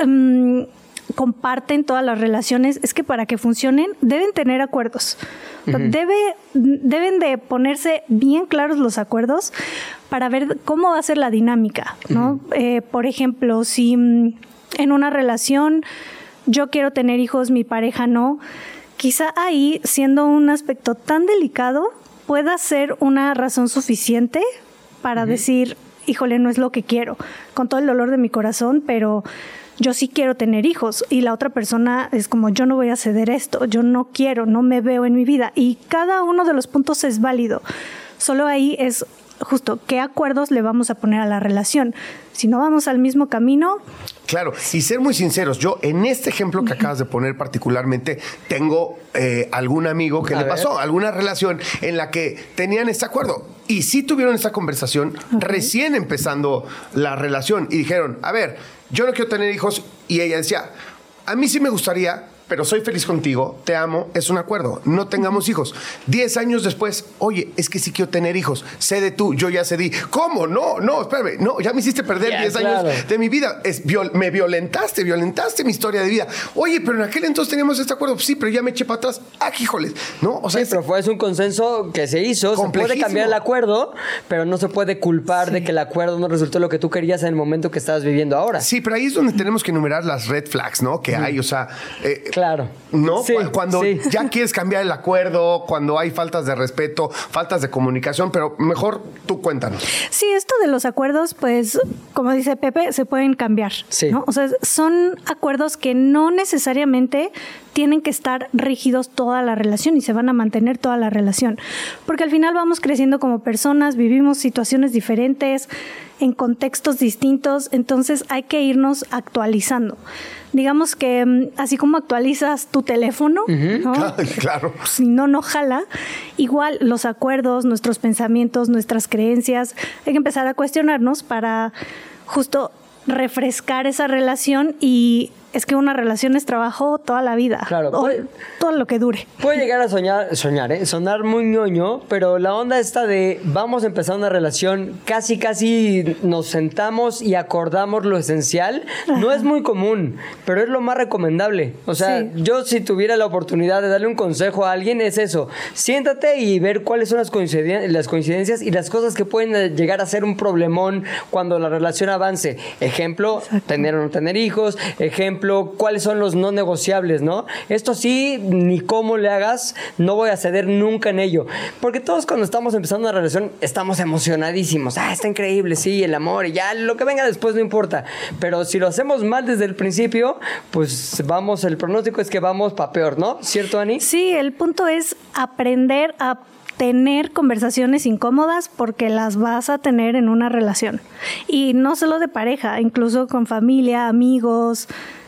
um, comparten todas las relaciones es que para que funcionen deben tener acuerdos. Uh-huh. Debe, deben de ponerse bien claros los acuerdos para ver cómo va a ser la dinámica, ¿no? Uh-huh. Eh, por ejemplo, si um, en una relación yo quiero tener hijos, mi pareja no, quizá ahí, siendo un aspecto tan delicado, pueda ser una razón suficiente para uh-huh. decir, híjole, no es lo que quiero, con todo el dolor de mi corazón, pero yo sí quiero tener hijos. Y la otra persona es como, yo no voy a ceder esto, yo no quiero, no me veo en mi vida. Y cada uno de los puntos es válido. Solo ahí es justo qué acuerdos le vamos a poner a la relación. Si no vamos al mismo camino... Claro, y ser muy sinceros, yo en este ejemplo que acabas de poner particularmente, tengo eh, algún amigo que a le ver. pasó, alguna relación en la que tenían este acuerdo. Y sí tuvieron esta conversación okay. recién empezando la relación y dijeron, a ver, yo no quiero tener hijos. Y ella decía, a mí sí me gustaría, pero soy feliz contigo, te amo, es un acuerdo, no tengamos hijos. Diez años después, oye, es que sí quiero tener hijos, cede tú, yo ya cedí. ¿Cómo? No, no, espérame, no, ya me hiciste perder yeah, diez claro. años de mi vida. Es, viol, me violentaste, violentaste mi historia de vida. Oye, pero en aquel entonces teníamos este acuerdo, sí, pero ya me eché para atrás. Ah, híjoles, ¿no? O sea, sí, es, pero fue es un consenso que se hizo, se puede cambiar el acuerdo, pero no se puede culpar sí. de que el acuerdo no resultó lo que tú querías en el momento que estabas viviendo ahora. Sí, pero ahí es donde tenemos que enumerar las red flags, ¿no? Que mm. hay, o sea... Eh, claro. ¿No? Sí, cuando sí. ya quieres cambiar el acuerdo, cuando hay faltas de respeto, faltas de comunicación, pero mejor tú cuéntanos. Sí, esto de los acuerdos, pues, como dice Pepe, se pueden cambiar, sí. ¿no? O sea, son acuerdos que no necesariamente tienen que estar rígidos toda la relación y se van a mantener toda la relación, porque al final vamos creciendo como personas, vivimos situaciones diferentes, en contextos distintos, entonces hay que irnos actualizando. Digamos que así como actualizas tu teléfono, uh-huh. ¿no? Claro. Si no, no jala. Igual los acuerdos, nuestros pensamientos, nuestras creencias, hay que empezar a cuestionarnos para justo refrescar esa relación. Y es que una relación es trabajo toda la vida. Claro. O Puede, todo lo que dure. Puede llegar a soñar, soñar, ¿eh? Sonar muy ñoño, pero la onda esta de vamos a empezar una relación, casi, casi nos sentamos y acordamos lo esencial, ajá. no es muy común, pero es lo más recomendable. O sea, sí. yo si tuviera la oportunidad de darle un consejo a alguien, es eso. Siéntate y ver cuáles son las coincidencias, las coincidencias y las cosas que pueden llegar a ser un problemón cuando la relación avance. Ejemplo, exacto. tener o no tener hijos. Ejemplo, cuáles son los no negociables, ¿no? Esto sí, ni cómo le hagas, no voy a ceder nunca en ello. Porque todos cuando estamos empezando una relación estamos emocionadísimos. Ah, está increíble, sí, el amor, y ya lo que venga después no importa. Pero si lo hacemos mal desde el principio, pues vamos, el pronóstico es que vamos para peor, ¿no? ¿Cierto, Ani? Sí, el punto es aprender a tener conversaciones incómodas porque las vas a tener en una relación. Y no solo de pareja, incluso con familia, amigos,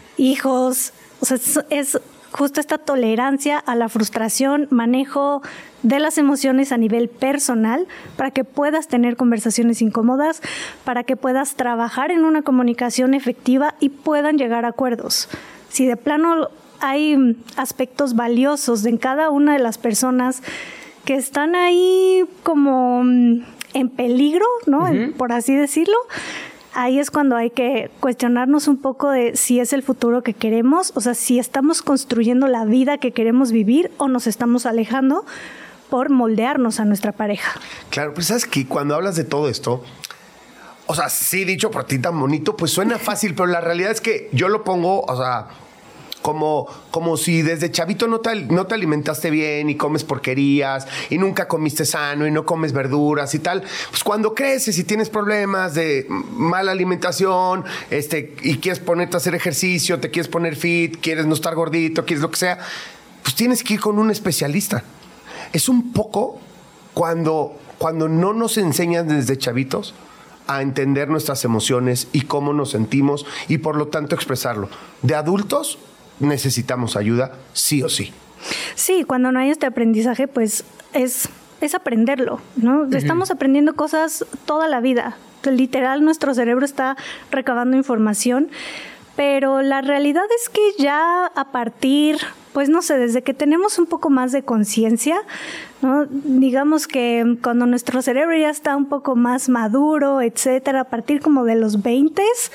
hijos. O sea, es, es justo esta tolerancia a la frustración, manejo de las emociones a nivel personal para que puedas tener conversaciones incómodas, para que puedas trabajar en una comunicación efectiva y puedan llegar a acuerdos. Si de plano hay aspectos valiosos en cada una de las personas que están ahí como en peligro, ¿no? Uh-huh. Por así decirlo. Ahí es cuando hay que cuestionarnos un poco de si es el futuro que queremos, o sea, si estamos construyendo la vida que queremos vivir o nos estamos alejando por moldearnos a nuestra pareja. Claro, pues sabes que cuando hablas de todo esto, o sea, sí dicho por ti tan bonito, pues suena fácil, pero la realidad es que yo lo pongo, o sea... Como, como si desde chavito no te, no te alimentaste bien y comes porquerías y nunca comiste sano y no comes verduras y tal. Pues cuando creces y tienes problemas de mala alimentación este, y quieres ponerte a hacer ejercicio, te quieres poner fit, quieres no estar gordito, quieres lo que sea, pues tienes que ir con un especialista. Es un poco cuando, cuando no nos enseñan desde chavitos a entender nuestras emociones y cómo nos sentimos y por lo tanto expresarlo. De adultos necesitamos ayuda sí o sí. Sí, cuando no hay este aprendizaje, pues es, es aprenderlo, ¿no? Uh-huh. Estamos aprendiendo cosas toda la vida. Literal, nuestro cerebro está recabando información, pero la realidad es que ya a partir, pues no sé, desde que tenemos un poco más de conciencia, ¿no? Digamos que cuando nuestro cerebro ya está un poco más maduro, etcétera, a partir como de los veintes,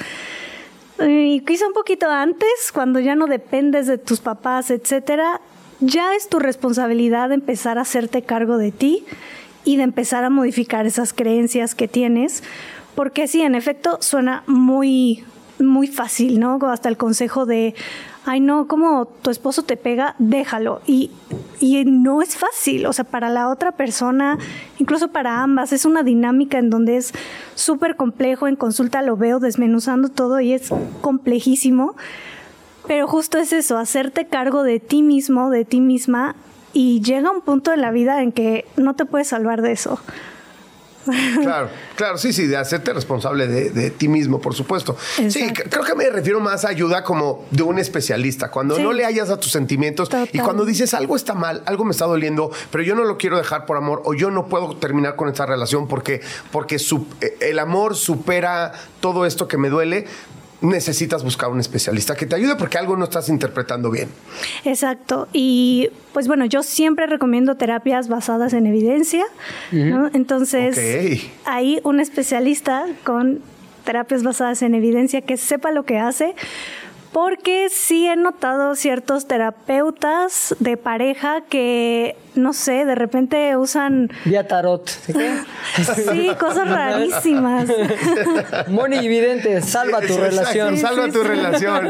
y quizá un poquito antes, cuando ya no dependes de tus papás, etcétera, ya es tu responsabilidad empezar a hacerte cargo de ti y de empezar a modificar esas creencias que tienes, porque sí, en efecto, suena muy, muy fácil, ¿no? Hasta el consejo de, ay no, como tu esposo te pega, déjalo. Y, y no es fácil, o sea, para la otra persona, incluso para ambas, es una dinámica en donde es súper complejo. En consulta lo veo desmenuzando todo y es complejísimo. Pero justo es eso, hacerte cargo de ti mismo, de ti misma, y llega un punto en la vida en que no te puedes salvar de eso. Claro, claro, sí, sí, de hacerte responsable de, de ti mismo, por supuesto. Exacto. Sí, creo que me refiero más a ayuda como de un especialista, cuando sí. no le hallas a tus sentimientos. Total. Y cuando dices algo está mal, algo me está doliendo, pero yo no lo quiero dejar por amor, o yo no puedo terminar con esta relación porque, porque su, el amor supera todo esto que me duele. Necesitas buscar un especialista que te ayude porque algo no estás interpretando bien. Exacto. Y pues bueno, yo siempre recomiendo terapias basadas en evidencia, uh-huh. ¿no? Entonces, okay. hay un especialista con terapias basadas en evidencia que sepa lo que hace, porque sí he notado ciertos terapeutas de pareja que, no sé, de repente usan... Vía tarot. Sí, cosas rarísimas. Moni y vidente, salva tu Exacto, relación. Sí, salva sí, tu sí. relación.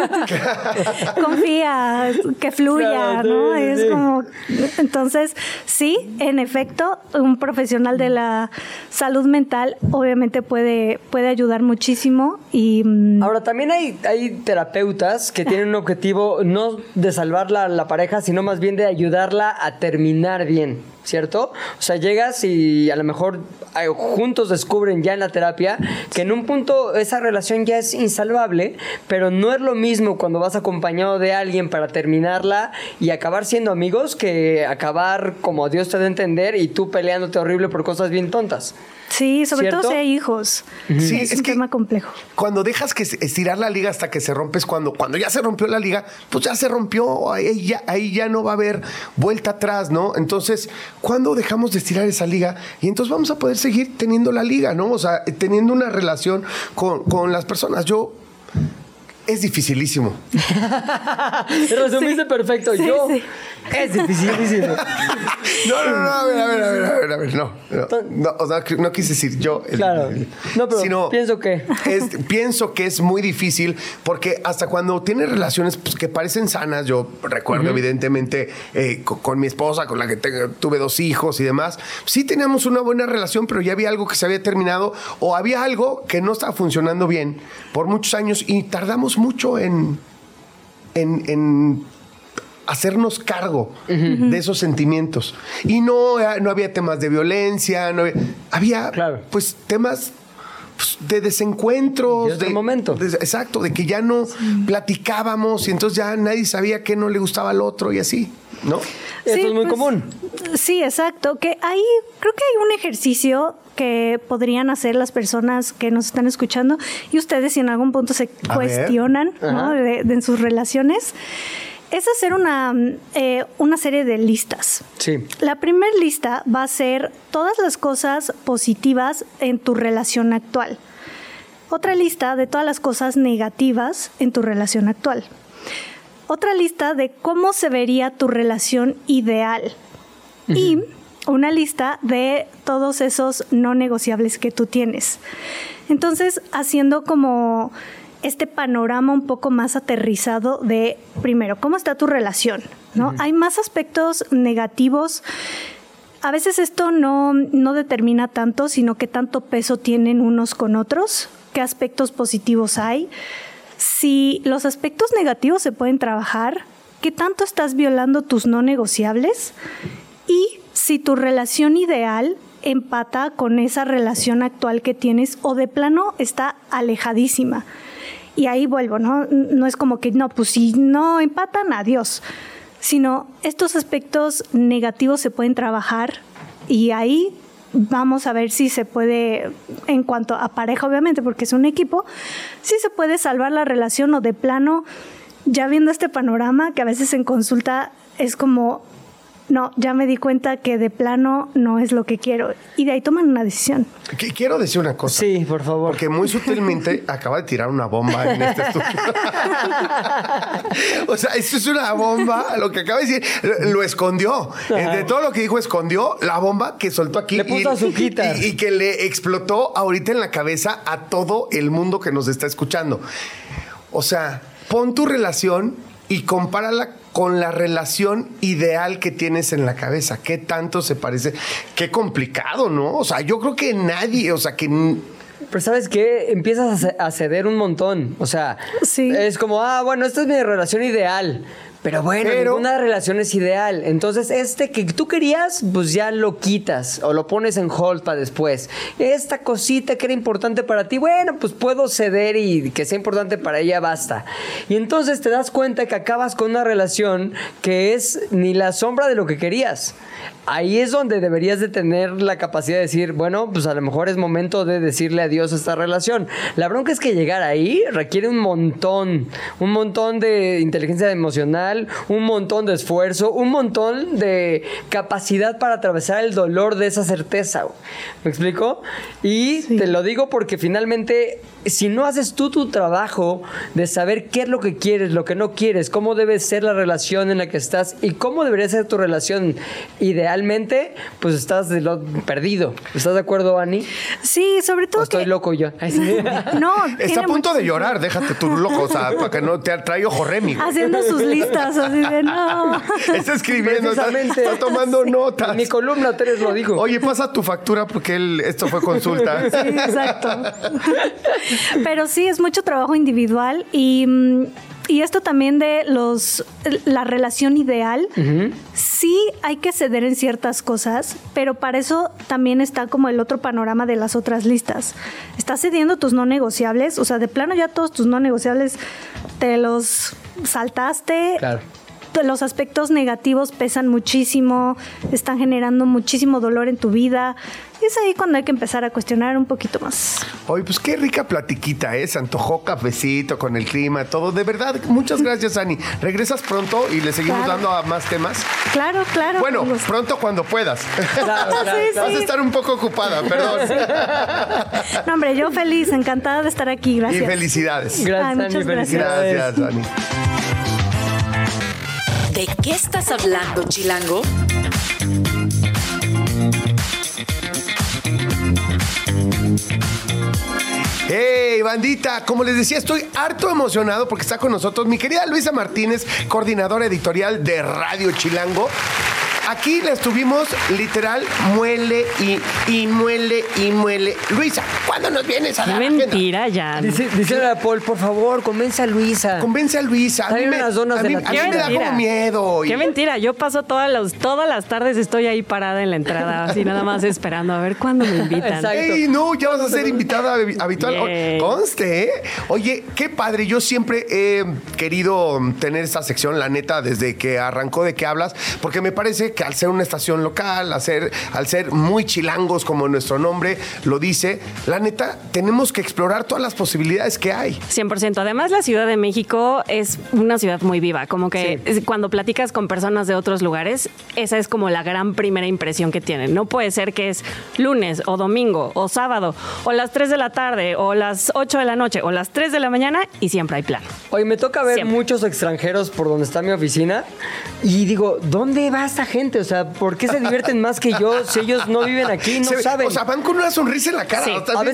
Confía, que fluya, claro, ¿no? Sí, es sí. como... Entonces, sí, en efecto, un profesional de la salud mental obviamente puede, puede ayudar muchísimo. Y ahora, también hay, hay terapeutas que tienen un objetivo no de salvar la, la pareja, sino más bien de ayudarla a terminar bien, ¿cierto? O sea, llegas y a lo mejor juntos descubren ya en la terapia que en un punto esa relación ya es insalvable, pero no es lo mismo cuando vas acompañado de alguien para terminarla y acabar siendo amigos que acabar como Dios te da a entender y tú peleándote horrible por cosas bien tontas. Sí, sobre ¿cierto? todo si hay hijos. Uh-huh. Sí, es, es un que tema complejo. Cuando dejas que estirar la liga hasta que se rompe, es cuando, cuando ya se rompió la liga, pues ya se rompió, ahí ya, ahí ya no va a haber vuelta atrás, ¿no? Entonces, ¿cuándo dejamos de estirar esa liga? Y entonces vamos a poder seguir teniendo la liga, ¿no? O sea, teniendo una relación con, con las personas. Yo... Es dificilísimo. Resumiste sí. perfecto. Sí, Yo sí. es dificilísimo. No, no, no, a ver, a ver, a ver, a ver, a ver, no. No, no, o sea, no quise decir yo. El, claro. El, no, pero sino pienso que... Es, pienso que es muy difícil porque hasta cuando tienes relaciones pues, que parecen sanas, yo recuerdo uh-huh. evidentemente eh, con, con mi esposa, con la que te, tuve dos hijos y demás, sí teníamos una buena relación, pero ya había algo que se había terminado o había algo que no estaba funcionando bien por muchos años y tardamos mucho en, en, en hacernos cargo uh-huh. de esos sentimientos. Y no, no había temas de violencia, no había, había claro. pues temas pues, de desencuentros. De momento. De, exacto, de que ya no sí. platicábamos y entonces ya nadie sabía qué no le gustaba al otro y así, ¿no? Esto sí, es muy pues, común. Sí, exacto. Que ahí creo que hay un ejercicio que podrían hacer las personas que nos están escuchando y ustedes si en algún punto se A cuestionan ¿no? de, de en sus relaciones, es hacer una, eh, una serie de listas. Sí. La primera lista va a ser todas las cosas positivas en tu relación actual. Otra lista de todas las cosas negativas en tu relación actual. Otra lista de cómo se vería tu relación ideal. Uh-huh. Y una lista de todos esos no negociables que tú tienes. Entonces, haciendo como este panorama un poco más aterrizado de, primero, ¿cómo está tu relación? ¿No? Uh-huh. Hay más aspectos negativos. A veces esto no, no determina tanto, sino qué tanto peso tienen unos con otros, qué aspectos positivos hay. Si los aspectos negativos se pueden trabajar, ¿qué tanto estás violando tus no negociables? Y si tu relación ideal empata con esa relación actual que tienes o de plano está alejadísima. Y ahí vuelvo, ¿no? No es como que, no, pues si no empatan, adiós. Sino estos aspectos negativos se pueden trabajar y ahí vamos a ver si se puede, en cuanto a pareja, obviamente, porque es un equipo, si se puede salvar la relación o de plano, ya viendo este panorama, que a veces en consulta es como, no, ya me di cuenta que de plano no es lo que quiero. Y de ahí toman una decisión. Quiero decir una cosa. Sí, por favor. Porque muy sutilmente acaba de tirar una bomba en este estudio. O sea, esto es una bomba. Lo que acaba de decir, lo escondió. De todo lo que dijo, escondió la bomba que soltó aquí. Le puso azuquitas. Y, y que le explotó ahorita en la cabeza a todo el mundo que nos está escuchando. O sea, pon tu relación y compárala con la relación ideal que tienes en la cabeza. ¿Qué tanto se parece? Qué complicado, ¿no? O sea, yo creo que nadie, o sea, que... Pero ¿sabes qué? Empiezas a ceder un montón. O sea, sí. Es como, ah, bueno, esta es mi relación ideal. Pero bueno, Pero, ninguna relación es ideal. Entonces, este que tú querías, pues ya lo quitas o lo pones en hold para después. Esta cosita que era importante para ti, bueno, pues puedo ceder y que sea importante para ella, basta. Y entonces te das cuenta que acabas con una relación que es ni la sombra de lo que querías. Ahí es donde deberías de tener la capacidad de decir, bueno, pues a lo mejor es momento de decirle adiós a esta relación. La bronca es que llegar ahí requiere un montón, un montón de inteligencia emocional, un montón de esfuerzo, un montón de capacidad para atravesar el dolor de esa certeza. ¿Me explico? Y sí. Te lo digo porque finalmente, si no haces tú tu trabajo de saber qué es lo que quieres, lo que no quieres, cómo debe ser la relación en la que estás y cómo debería ser tu relación idealmente, pues estás de lo perdido. ¿Estás de acuerdo, Ani? Sí, sobre todo. ¿O estoy que... loco yo? Ay, sí. No. Está a punto de llorar, déjate tú loco, o sea, para que no te trae ojo Remy. Haciendo sus listas, así de no. Está escribiendo, está, está tomando sí. notas. En mi columna Teres lo dijo. Oye, pasa tu factura porque él, esto fue consulta. Sí, exacto. Pero sí, es mucho trabajo individual y... Y esto también de los la relación ideal, uh-huh. Sí hay que ceder en ciertas cosas, pero para eso también está como el otro panorama de las otras listas. Estás cediendo tus no negociables, o sea, de plano ya todos tus no negociables te los saltaste. Claro. Los aspectos negativos pesan muchísimo, están generando muchísimo dolor en tu vida. Y es ahí cuando hay que empezar a cuestionar un poquito más. Oye, pues qué rica platiquita, ¿eh? Se antojó cafecito con el clima, todo. De verdad, muchas gracias, Ani. ¿Regresas pronto y le seguimos claro. dando a más temas? Claro, claro. Bueno, pronto cuando puedas. Claro, claro, sí, Vas sí. a estar un poco ocupada, perdón. No, hombre, yo feliz, encantada de estar aquí. Gracias. Y felicidades. Gracias, Ay, muchas Ani. gracias. Gracias, Ani. ¿De qué estás hablando, Chilango? ¡Hey, bandita! Como les decía, estoy harto emocionado porque está con nosotros mi querida Luisa Martínez, coordinadora editorial de Radio Chilango. Aquí la estuvimos literal muele y, y muele y muele. Luisa, ¿cuándo nos vienes a dar Qué mentira, ya. Dice, dice a Paul, por favor, convence a Luisa. Convence a Luisa. A mí, me, unas donas a de mí, la a mí me da como miedo. Qué mentira. Yo paso todas las, todas las tardes, estoy ahí parada en la entrada, así nada más esperando a ver cuándo me invitan. Exacto. ¡Ey, no! Ya vas a ser invitada habitual. Yeah. Conste, ¿eh? Oye, qué padre. Yo siempre he querido tener esta sección, la neta, desde que arrancó De Qué Hablas, porque me parece que al ser una estación local, al ser, al ser muy chilangos, como nuestro nombre lo dice, la neta, tenemos que explorar todas las posibilidades que hay. cien por ciento. Además, la Ciudad de México es una ciudad muy viva. Como que sí. Cuando platicas con personas de otros lugares, esa es como la gran primera impresión que tienen. No puede ser que es lunes o domingo o sábado o las tres de la tarde o las ocho de la noche o las tres de la mañana y siempre hay plan. Hoy me toca ver Siempre. muchos extranjeros por donde está mi oficina y digo, ¿dónde va esta gente? O sea, ¿por qué se divierten más que yo si ellos no viven aquí, no Se, saben? O sea, van con una sonrisa en la cara. Sí. ¿Estás A viendo?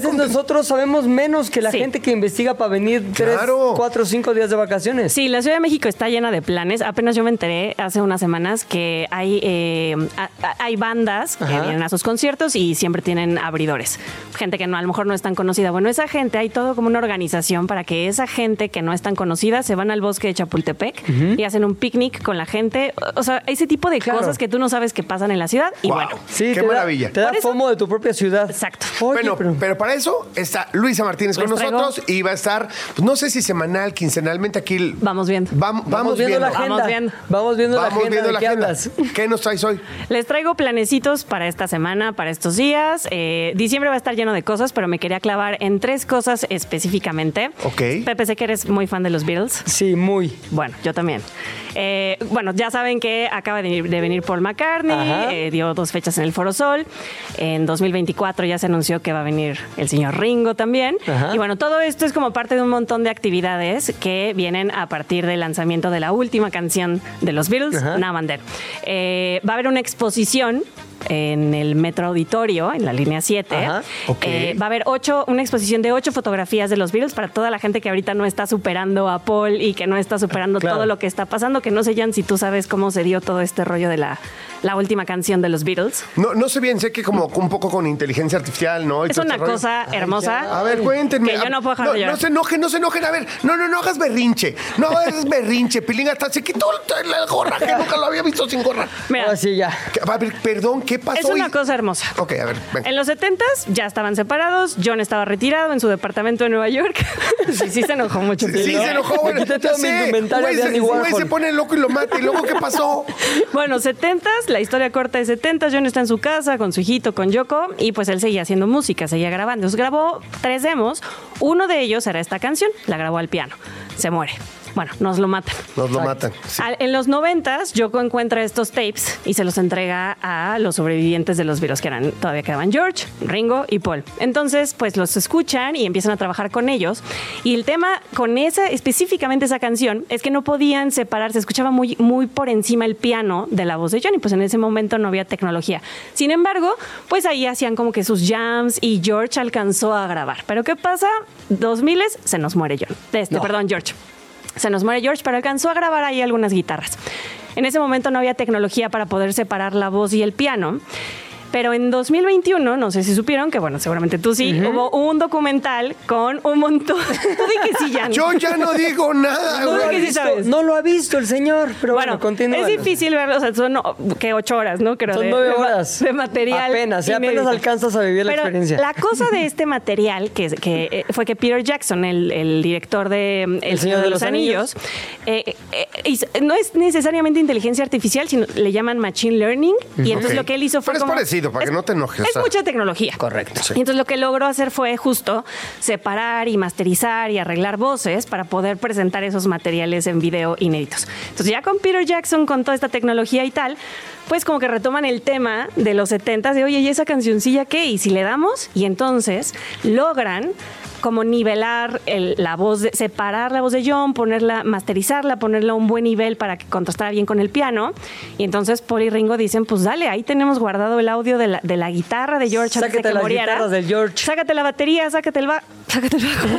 veces content- nosotros sabemos menos que la Sí. gente que investiga para venir tres, Claro. cuatro, cinco días de vacaciones. Sí, la Ciudad de México está llena de planes. Apenas yo me enteré hace unas semanas que hay, eh, a- a- hay bandas que Ajá. vienen a sus conciertos y siempre tienen abridores. Gente que no, a lo mejor no es tan conocida. Bueno, esa gente, hay todo como una organización para que esa gente que no es tan conocida se van al bosque de Chapultepec y hacen un picnic con la gente. O sea, ese tipo de Claro. cosas que tú no sabes que pasan en la ciudad. Y Wow. bueno, Sí, Qué te da- maravilla. te da Por eso- fomo de tu propia ciudad. Exacto. Oye, Bueno, pero- pero... para eso está Luisa Martínez con Les traigo- nosotros y va a estar, pues, no sé si semanal, quincenalmente aquí. Vamos viendo. Vam- vamos, Vamos viendo la agenda. Vamos viendo. Vamos viendo la Vamos agenda. viendo ¿De la qué agenda. hablas? ¿Qué nos traes hoy? Les traigo planecitos para esta semana, para estos días. Eh, diciembre va a estar lleno de cosas, pero me quería clavar en tres cosas específicamente. Ok. Pepe, sé que eres muy fan de los Beatles. Sí, muy. Bueno, yo también. Eh, bueno, ya saben que acaba de venir, de venir Paul McCartney, Ajá. eh, dio dos fechas en el Foro Sol. En dos mil veinticuatro ya se anunció que va a venir el señor Ringo también. Ajá. Y bueno, todo esto es como parte de un montón de actividades que vienen a partir del lanzamiento de la última canción de los Beatles, Ajá. Now and Then. Eh, va a haber una exposición en el Metro Auditorio, en la línea siete. Ajá, ok. Eh, va a haber ocho, una exposición de ocho fotografías de los Beatles para toda la gente que ahorita no está superando a Paul y que no está superando Claro. todo lo que está pasando, que no sé, Jan, si tú sabes cómo se dio todo este rollo de la, la última canción de los Beatles. No, no sé bien, sé que como un poco con inteligencia artificial, ¿no? Y Es todo una este rollo. cosa hermosa. A ver, cuéntenme. Que yo no puedo dejar no, de llorar. No se enojen, no se enojen. A ver, no, no, no hagas berrinche. No hagas berrinche. Pilín hasta se quitó la gorra, que nunca lo había visto sin gorra. Mira, Ahora sí, ya. Que- A ver, perdón, ¿qué pasó? es una hoy? cosa hermosa. Ok, a ver, venga. En los setentas ya estaban separados, John estaba retirado en su departamento de Nueva York. sí, sí se enojó mucho. Sí, se enojó, güey. Me quité toda mi indumentaria Güey, de se- Andy güey, Warhol. se pone loco y lo mata. ¿Y luego qué pasó? Bueno, setentas, la historia corta de setentas, John está en su casa con su hijito, con Yoko, y pues él seguía haciendo música, seguía grabando. Entonces grabó tres demos, uno de ellos era esta canción, la grabó al piano, se muere. Bueno, nos lo matan. Nos lo matan. Sí. Al- En los noventas, Yoko encuentra estos tapes y se los entrega a los sobrevivientes de los virus, que eran, todavía quedaban George, Ringo y Paul. Entonces, pues los escuchan y empiezan a trabajar con ellos. Y el tema con esa, específicamente esa canción, es que no podían separarse. Escuchaba muy, muy por encima el piano de la voz de Johnny, pues en ese momento no había tecnología. Sin embargo, pues ahí hacían como que sus jams y George alcanzó a grabar. Pero ¿qué pasa? dos mil se nos muere John. Este, No. perdón, George. Se nos muere George, pero alcanzó a grabar ahí algunas guitarras. En ese momento no había tecnología para poder separar la voz y el piano. Pero en dos mil veintiuno, no sé si supieron, que bueno, seguramente tú sí, hubo un documental con un montón... Tú di que sí, Jan. Yo ya no digo nada, No, güey. que sí sabes. No lo ha visto el señor, pero bueno, Bueno, continúa. es difícil verlo, o sea, son no, que ocho horas, ¿no? Creo, Son de- nueve de ma- horas. De material. Apenas, ¿eh? Apenas inédito. alcanzas a vivir la Pero experiencia. La cosa de este material, que, que eh, fue que Peter Jackson, el, el director de mm, El, Señor de los, Anillos, eh, eh, hizo- no es necesariamente inteligencia artificial, sino le llaman machine learning. Y entonces Ok. lo que él hizo fue Pero es como- parecido, para que no te enojes, o Es sea. mucha tecnología. Correcto. Sí. Y entonces lo que logró hacer fue justo separar y masterizar y arreglar voces para poder presentar esos materiales en video inéditos. Entonces ya con Peter Jackson, con toda esta tecnología y tal, pues como que retoman el tema de los setentas de, oye, ¿y esa cancioncilla qué? Y si le damos, y entonces logran como nivelar el- la voz, de, separar la voz de John, ponerla, masterizarla, ponerla a un buen nivel para que contrastara bien con el piano. Y entonces Paul y Ringo dicen, pues dale, ahí tenemos guardado el audio de la, de la guitarra de George antes de Sácate que las muriera. guitarras del George. Sácate la batería, sácate el ba sácate el bajo.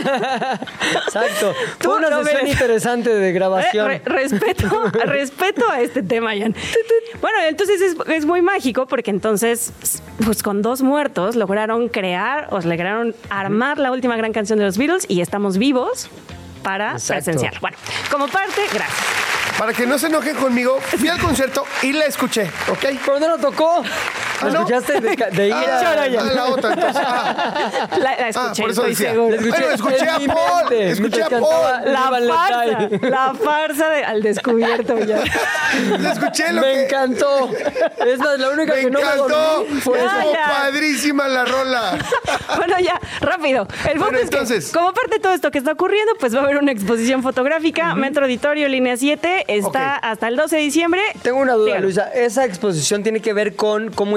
Exacto. Tú Fue una no sesión ves. interesante de grabación. Eh, re- respeto, respeto a este tema, Jan. Bueno, entonces es, es muy mágico porque entonces, pues con dos muertos lograron crear, o lograron armar la última gran canción de los Beatles y estamos vivos para Exacto. presenciar. Bueno, como parte, gracias. Para que no se enojen conmigo, fui al concierto y la escuché, ¿ok? ¿Pero no lo tocó? Ah, ¿Lo ¿no? escuchaste de, ca- de ir Ah, a... ah, la otra, entonces. Ah, La, la ah, escuché, por eso estoy decía. seguro. escuché Bueno, escuché a en mi Paul, mente, escuché a mientras Paul. cantaba La Live and Let farsa, Die. la farsa de- al descubierto, Jan. Escuché lo Me que... encantó. Es más, la única Me que no me encantó. dormí fue Ya, esa. Estuvo ya. padrísima la rola. Bueno, ya, rápido. El punto Bueno, es que, entonces. como parte de todo esto que está ocurriendo, pues va a haber una exposición fotográfica, Metro Auditorio, línea siete, está Ok. hasta el doce de diciembre. Tengo una duda, Dígalo. Luisa. ¿Esa exposición tiene que ver con cómo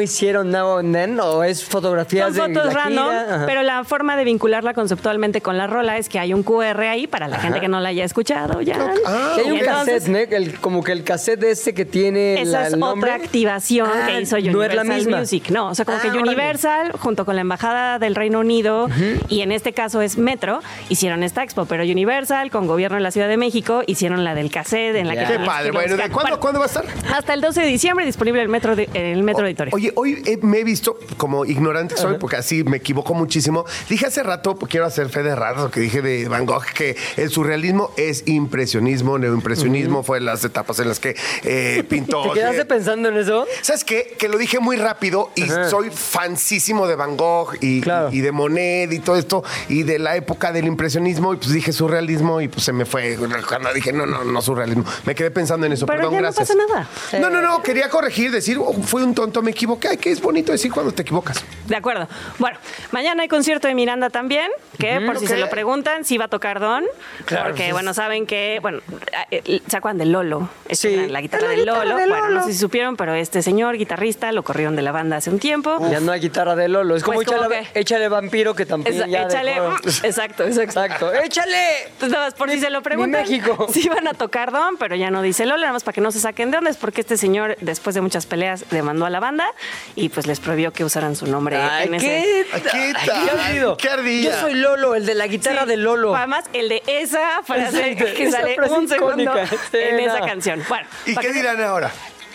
hicieron Now and Then o es fotografías Son de fotos la random, gira? Ajá. pero la forma de vincularla conceptualmente con la rola es que hay un Q R ahí para la Ajá. gente que no la haya escuchado ya. Ah, y hay un Entonces, cassette, ¿no? El, como que el cassette ese que tiene esa la, es el nombre. otra activación Ah, que hizo no es la Universal misma. Music. No, o sea, como Ah, que órale. Universal, junto con la Embajada del Reino Unido, y en este caso es Metro, hicieron esta expo, pero Universal, con gobierno de la Ciudad de México, hicieron la del cassette en la Ya. que Qué tenías padre. que Bueno, ¿de buscar. cuándo, Bueno, ¿cuándo va a estar? hasta el doce de diciembre disponible en el Metro, de- en el metro Auditorio. Oye, hoy eh, me he visto como ignorante que soy, porque así me equivoco muchísimo. Dije hace rato, pues, quiero hacer fe de raro, que dije de Van Gogh, que el surrealismo es impresionismo, neoimpresionismo, fue las etapas en las que eh, pintó. ¿Te quedaste eh, pensando en eso? ¿Sabes qué? Que lo dije muy rápido y Ajá. soy fansísimo de Van Gogh y, Claro. y de Monet y todo esto y de la época del impresionismo y pues dije surrealismo y pues se me fue cuando dije no, no, no surrealismo. Me quedé pensando en eso. Pero Perdón, ya gracias. no pasa nada. No, no, no, quería corregir, decir, oh, fui un tonto, me equivoqué. Ay, que es bonito decir cuando te equivocas. De acuerdo. Bueno, mañana hay concierto de Miranda también, que por si ok. se lo preguntan, sí va a tocar Don. Claro, porque, pues, bueno, saben que, bueno, eh, ¿se acuerdan de Lolo? Este Sí. gran- la guitarra La de guitarra Lolo. de Bueno, Lolo. no sé si supieron, pero este señor guitarrista lo corrieron de la banda hace un tiempo. Ya no hay guitarra de Lolo. Es como, Pues, ¿cómo échale, qué? échale vampiro que también Esa- ya échale. dejó. Exacto, exacto. Exacto. ¡Échale! Entonces, nada más por si se lo preguntan. Mi México. Sí van a tocar Don, pero ya no dice Lola, nada más para que no se saquen de onda, es porque este señor, después de muchas peleas, demandó a la banda y pues les prohibió que usaran su nombre Ay, en ese. ¿qué? Ay, ¿qué Ay, tal? ardido. ¿Qué ardilla? Yo soy Lolo, el de la guitarra Sí. de Lolo. Además, el de esa frase Exacto, que esa sale frase un segundo icónica. Sí, en esa no. canción. Bueno, ¿Y para qué que- dirán ahora?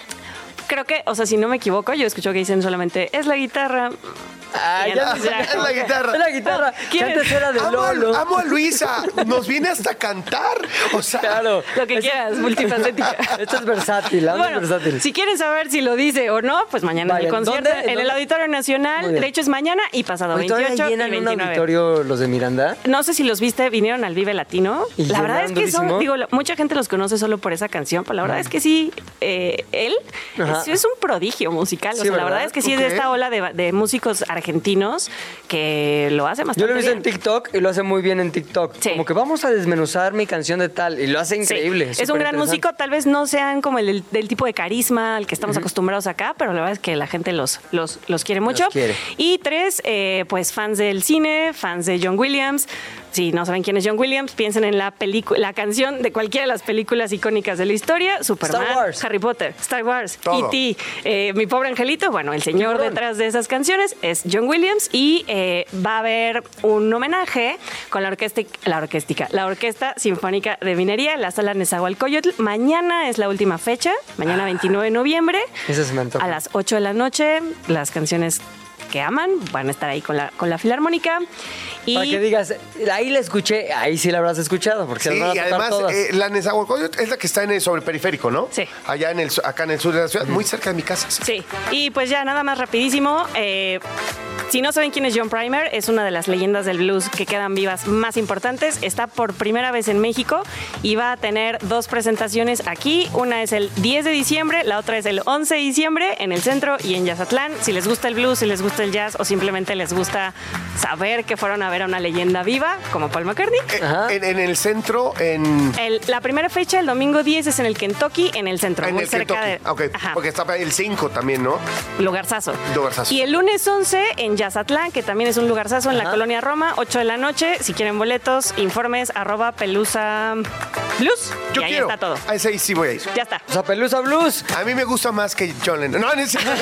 creo que, o sea, si no me equivoco, yo escucho que dicen solamente es la guitarra. Ah, Y ya, entonces ya, es como la que- guitarra. Es la guitarra. ¿Quién Que antes es? era de Amo a, Lolo. amo a Luisa. Nos viene hasta cantar. O sea, Claro. Lo que quieras, multifacética. Esto es versátil, anda Bueno, versátil. si quieren saber si lo dice o no, pues mañana en el Vayan. concierto ¿Dónde? en el ¿Dónde? Auditorio Muy Nacional. bien. De hecho, es mañana y pasado Oye, ¿todavía veintiocho y llenan un veintinueve. auditorio los de Miranda? No sé si los viste, vinieron al Vive Latino. ¿Y La verdad es llenaron que son, durísimo? digo, la- mucha gente los conoce solo por esa canción, pero la verdad es que sí, eh, él Ajá. es, es un prodigio musical. Sí, o sea, la ¿verdad? verdad es que sí es Ok. de esta ola de, de músicos argentinos que lo hace bastante Yo lo he visto bien. en TikTok y lo hace muy bien en TikTok. Sí. Como que vamos a desmenuzar mi canción de tal y lo hace Sí, increíble. es un gran músico, tal vez no sean como el del, del tipo de carisma al que estamos acostumbrados acá, pero la verdad es que la gente los, los, los quiere mucho. quiere. Y tres, eh, pues fans del cine, fans de John Williams. Si no saben quién es John Williams, piensen en la película, la canción de cualquiera de las películas icónicas de la historia: Superman, Star Wars. Harry Potter, Star Wars, Todo. E T, eh, Mi Pobre Angelito. Bueno, el señor Tiburón. detrás de esas canciones es John Williams y eh, va a haber un homenaje con la orquesta, la orquestica, la Orquesta Sinfónica de Minería en la Sala Nezahualcóyotl. Mañana es la última fecha, mañana veintinueve de noviembre. Ese se me antoja. A las ocho de la noche, las canciones que aman van a estar ahí con la, con la Filarmónica. Y Para que digas, ahí la escuché, ahí sí la habrás escuchado, porque sí, se las van a y tocar además todas. eh, la Nezahualcóyotl es la que está en el sobre el periférico, ¿no? Sí. Allá en el, acá en el sur de la ciudad, muy cerca de mi casa. Sí, y pues ya nada más rapidísimo. eh, si no saben quién es John Primer, es una de las leyendas del blues que quedan vivas más importantes. Está por primera vez en México y va a tener dos presentaciones aquí. Una es el diez de diciembre, la otra es el once de diciembre en el centro y en Yazatlán. Si les gusta el blues, si les gusta el jazz o simplemente les gusta saber que fueron a ver a una leyenda viva como Paul McCartney. Eh, Ajá. en, en el centro, en, El- la primera fecha, el domingo diez, es en el Kentucky, en el centro, en muy el cerca Kentucky. de... Ah, ok, Ajá. porque está el cinco también, ¿no? Lugarzazo. Lugarzazo. Y el lunes once en Yazatlán, que también es un lugarzazo en la Ajá. colonia Roma, ocho de la noche. Si quieren boletos, informes, arroba pelusa blues. Yo y ahí quiero. está todo. A ese ahí sí voy a ir. Ya está. O sea, Pelusa Blues. A mí me gusta más que John Lennon. No, no es, es broma,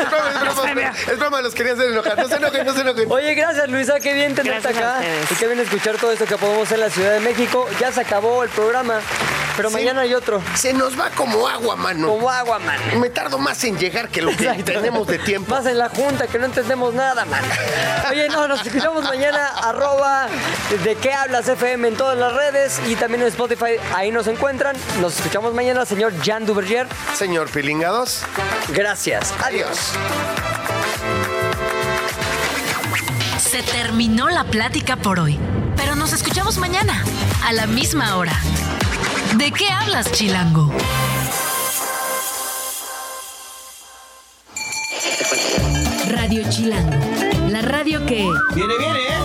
es broma. Es broma, los quería hacer enojar. No se enojen, no se enojen. Oye, gracias Luisa, qué bien tenerte Gracias a acá. ustedes. Y qué bien escuchar todo esto que podemos hacer en la Ciudad de México. Ya se acabó el programa, pero Sí. mañana hay otro. Se nos va como agua, mano. Como agua, man. Me tardo más en llegar que lo que Exacto. tenemos de tiempo. Más en la junta que no entendemos nada, man. Oye, no, nos escuchamos mañana, arroba de qué hablas F M en todas las redes y también en Spotify, ahí nos encuentran. Nos escuchamos mañana, señor Jan Duverger. Señor Pilinga dos. Gracias. Adiós. Se terminó la plática por hoy, pero nos escuchamos mañana, a la misma hora. ¿De qué hablas, Chilango? Radio Chilango, la radio que... Viene, viene, ¿eh?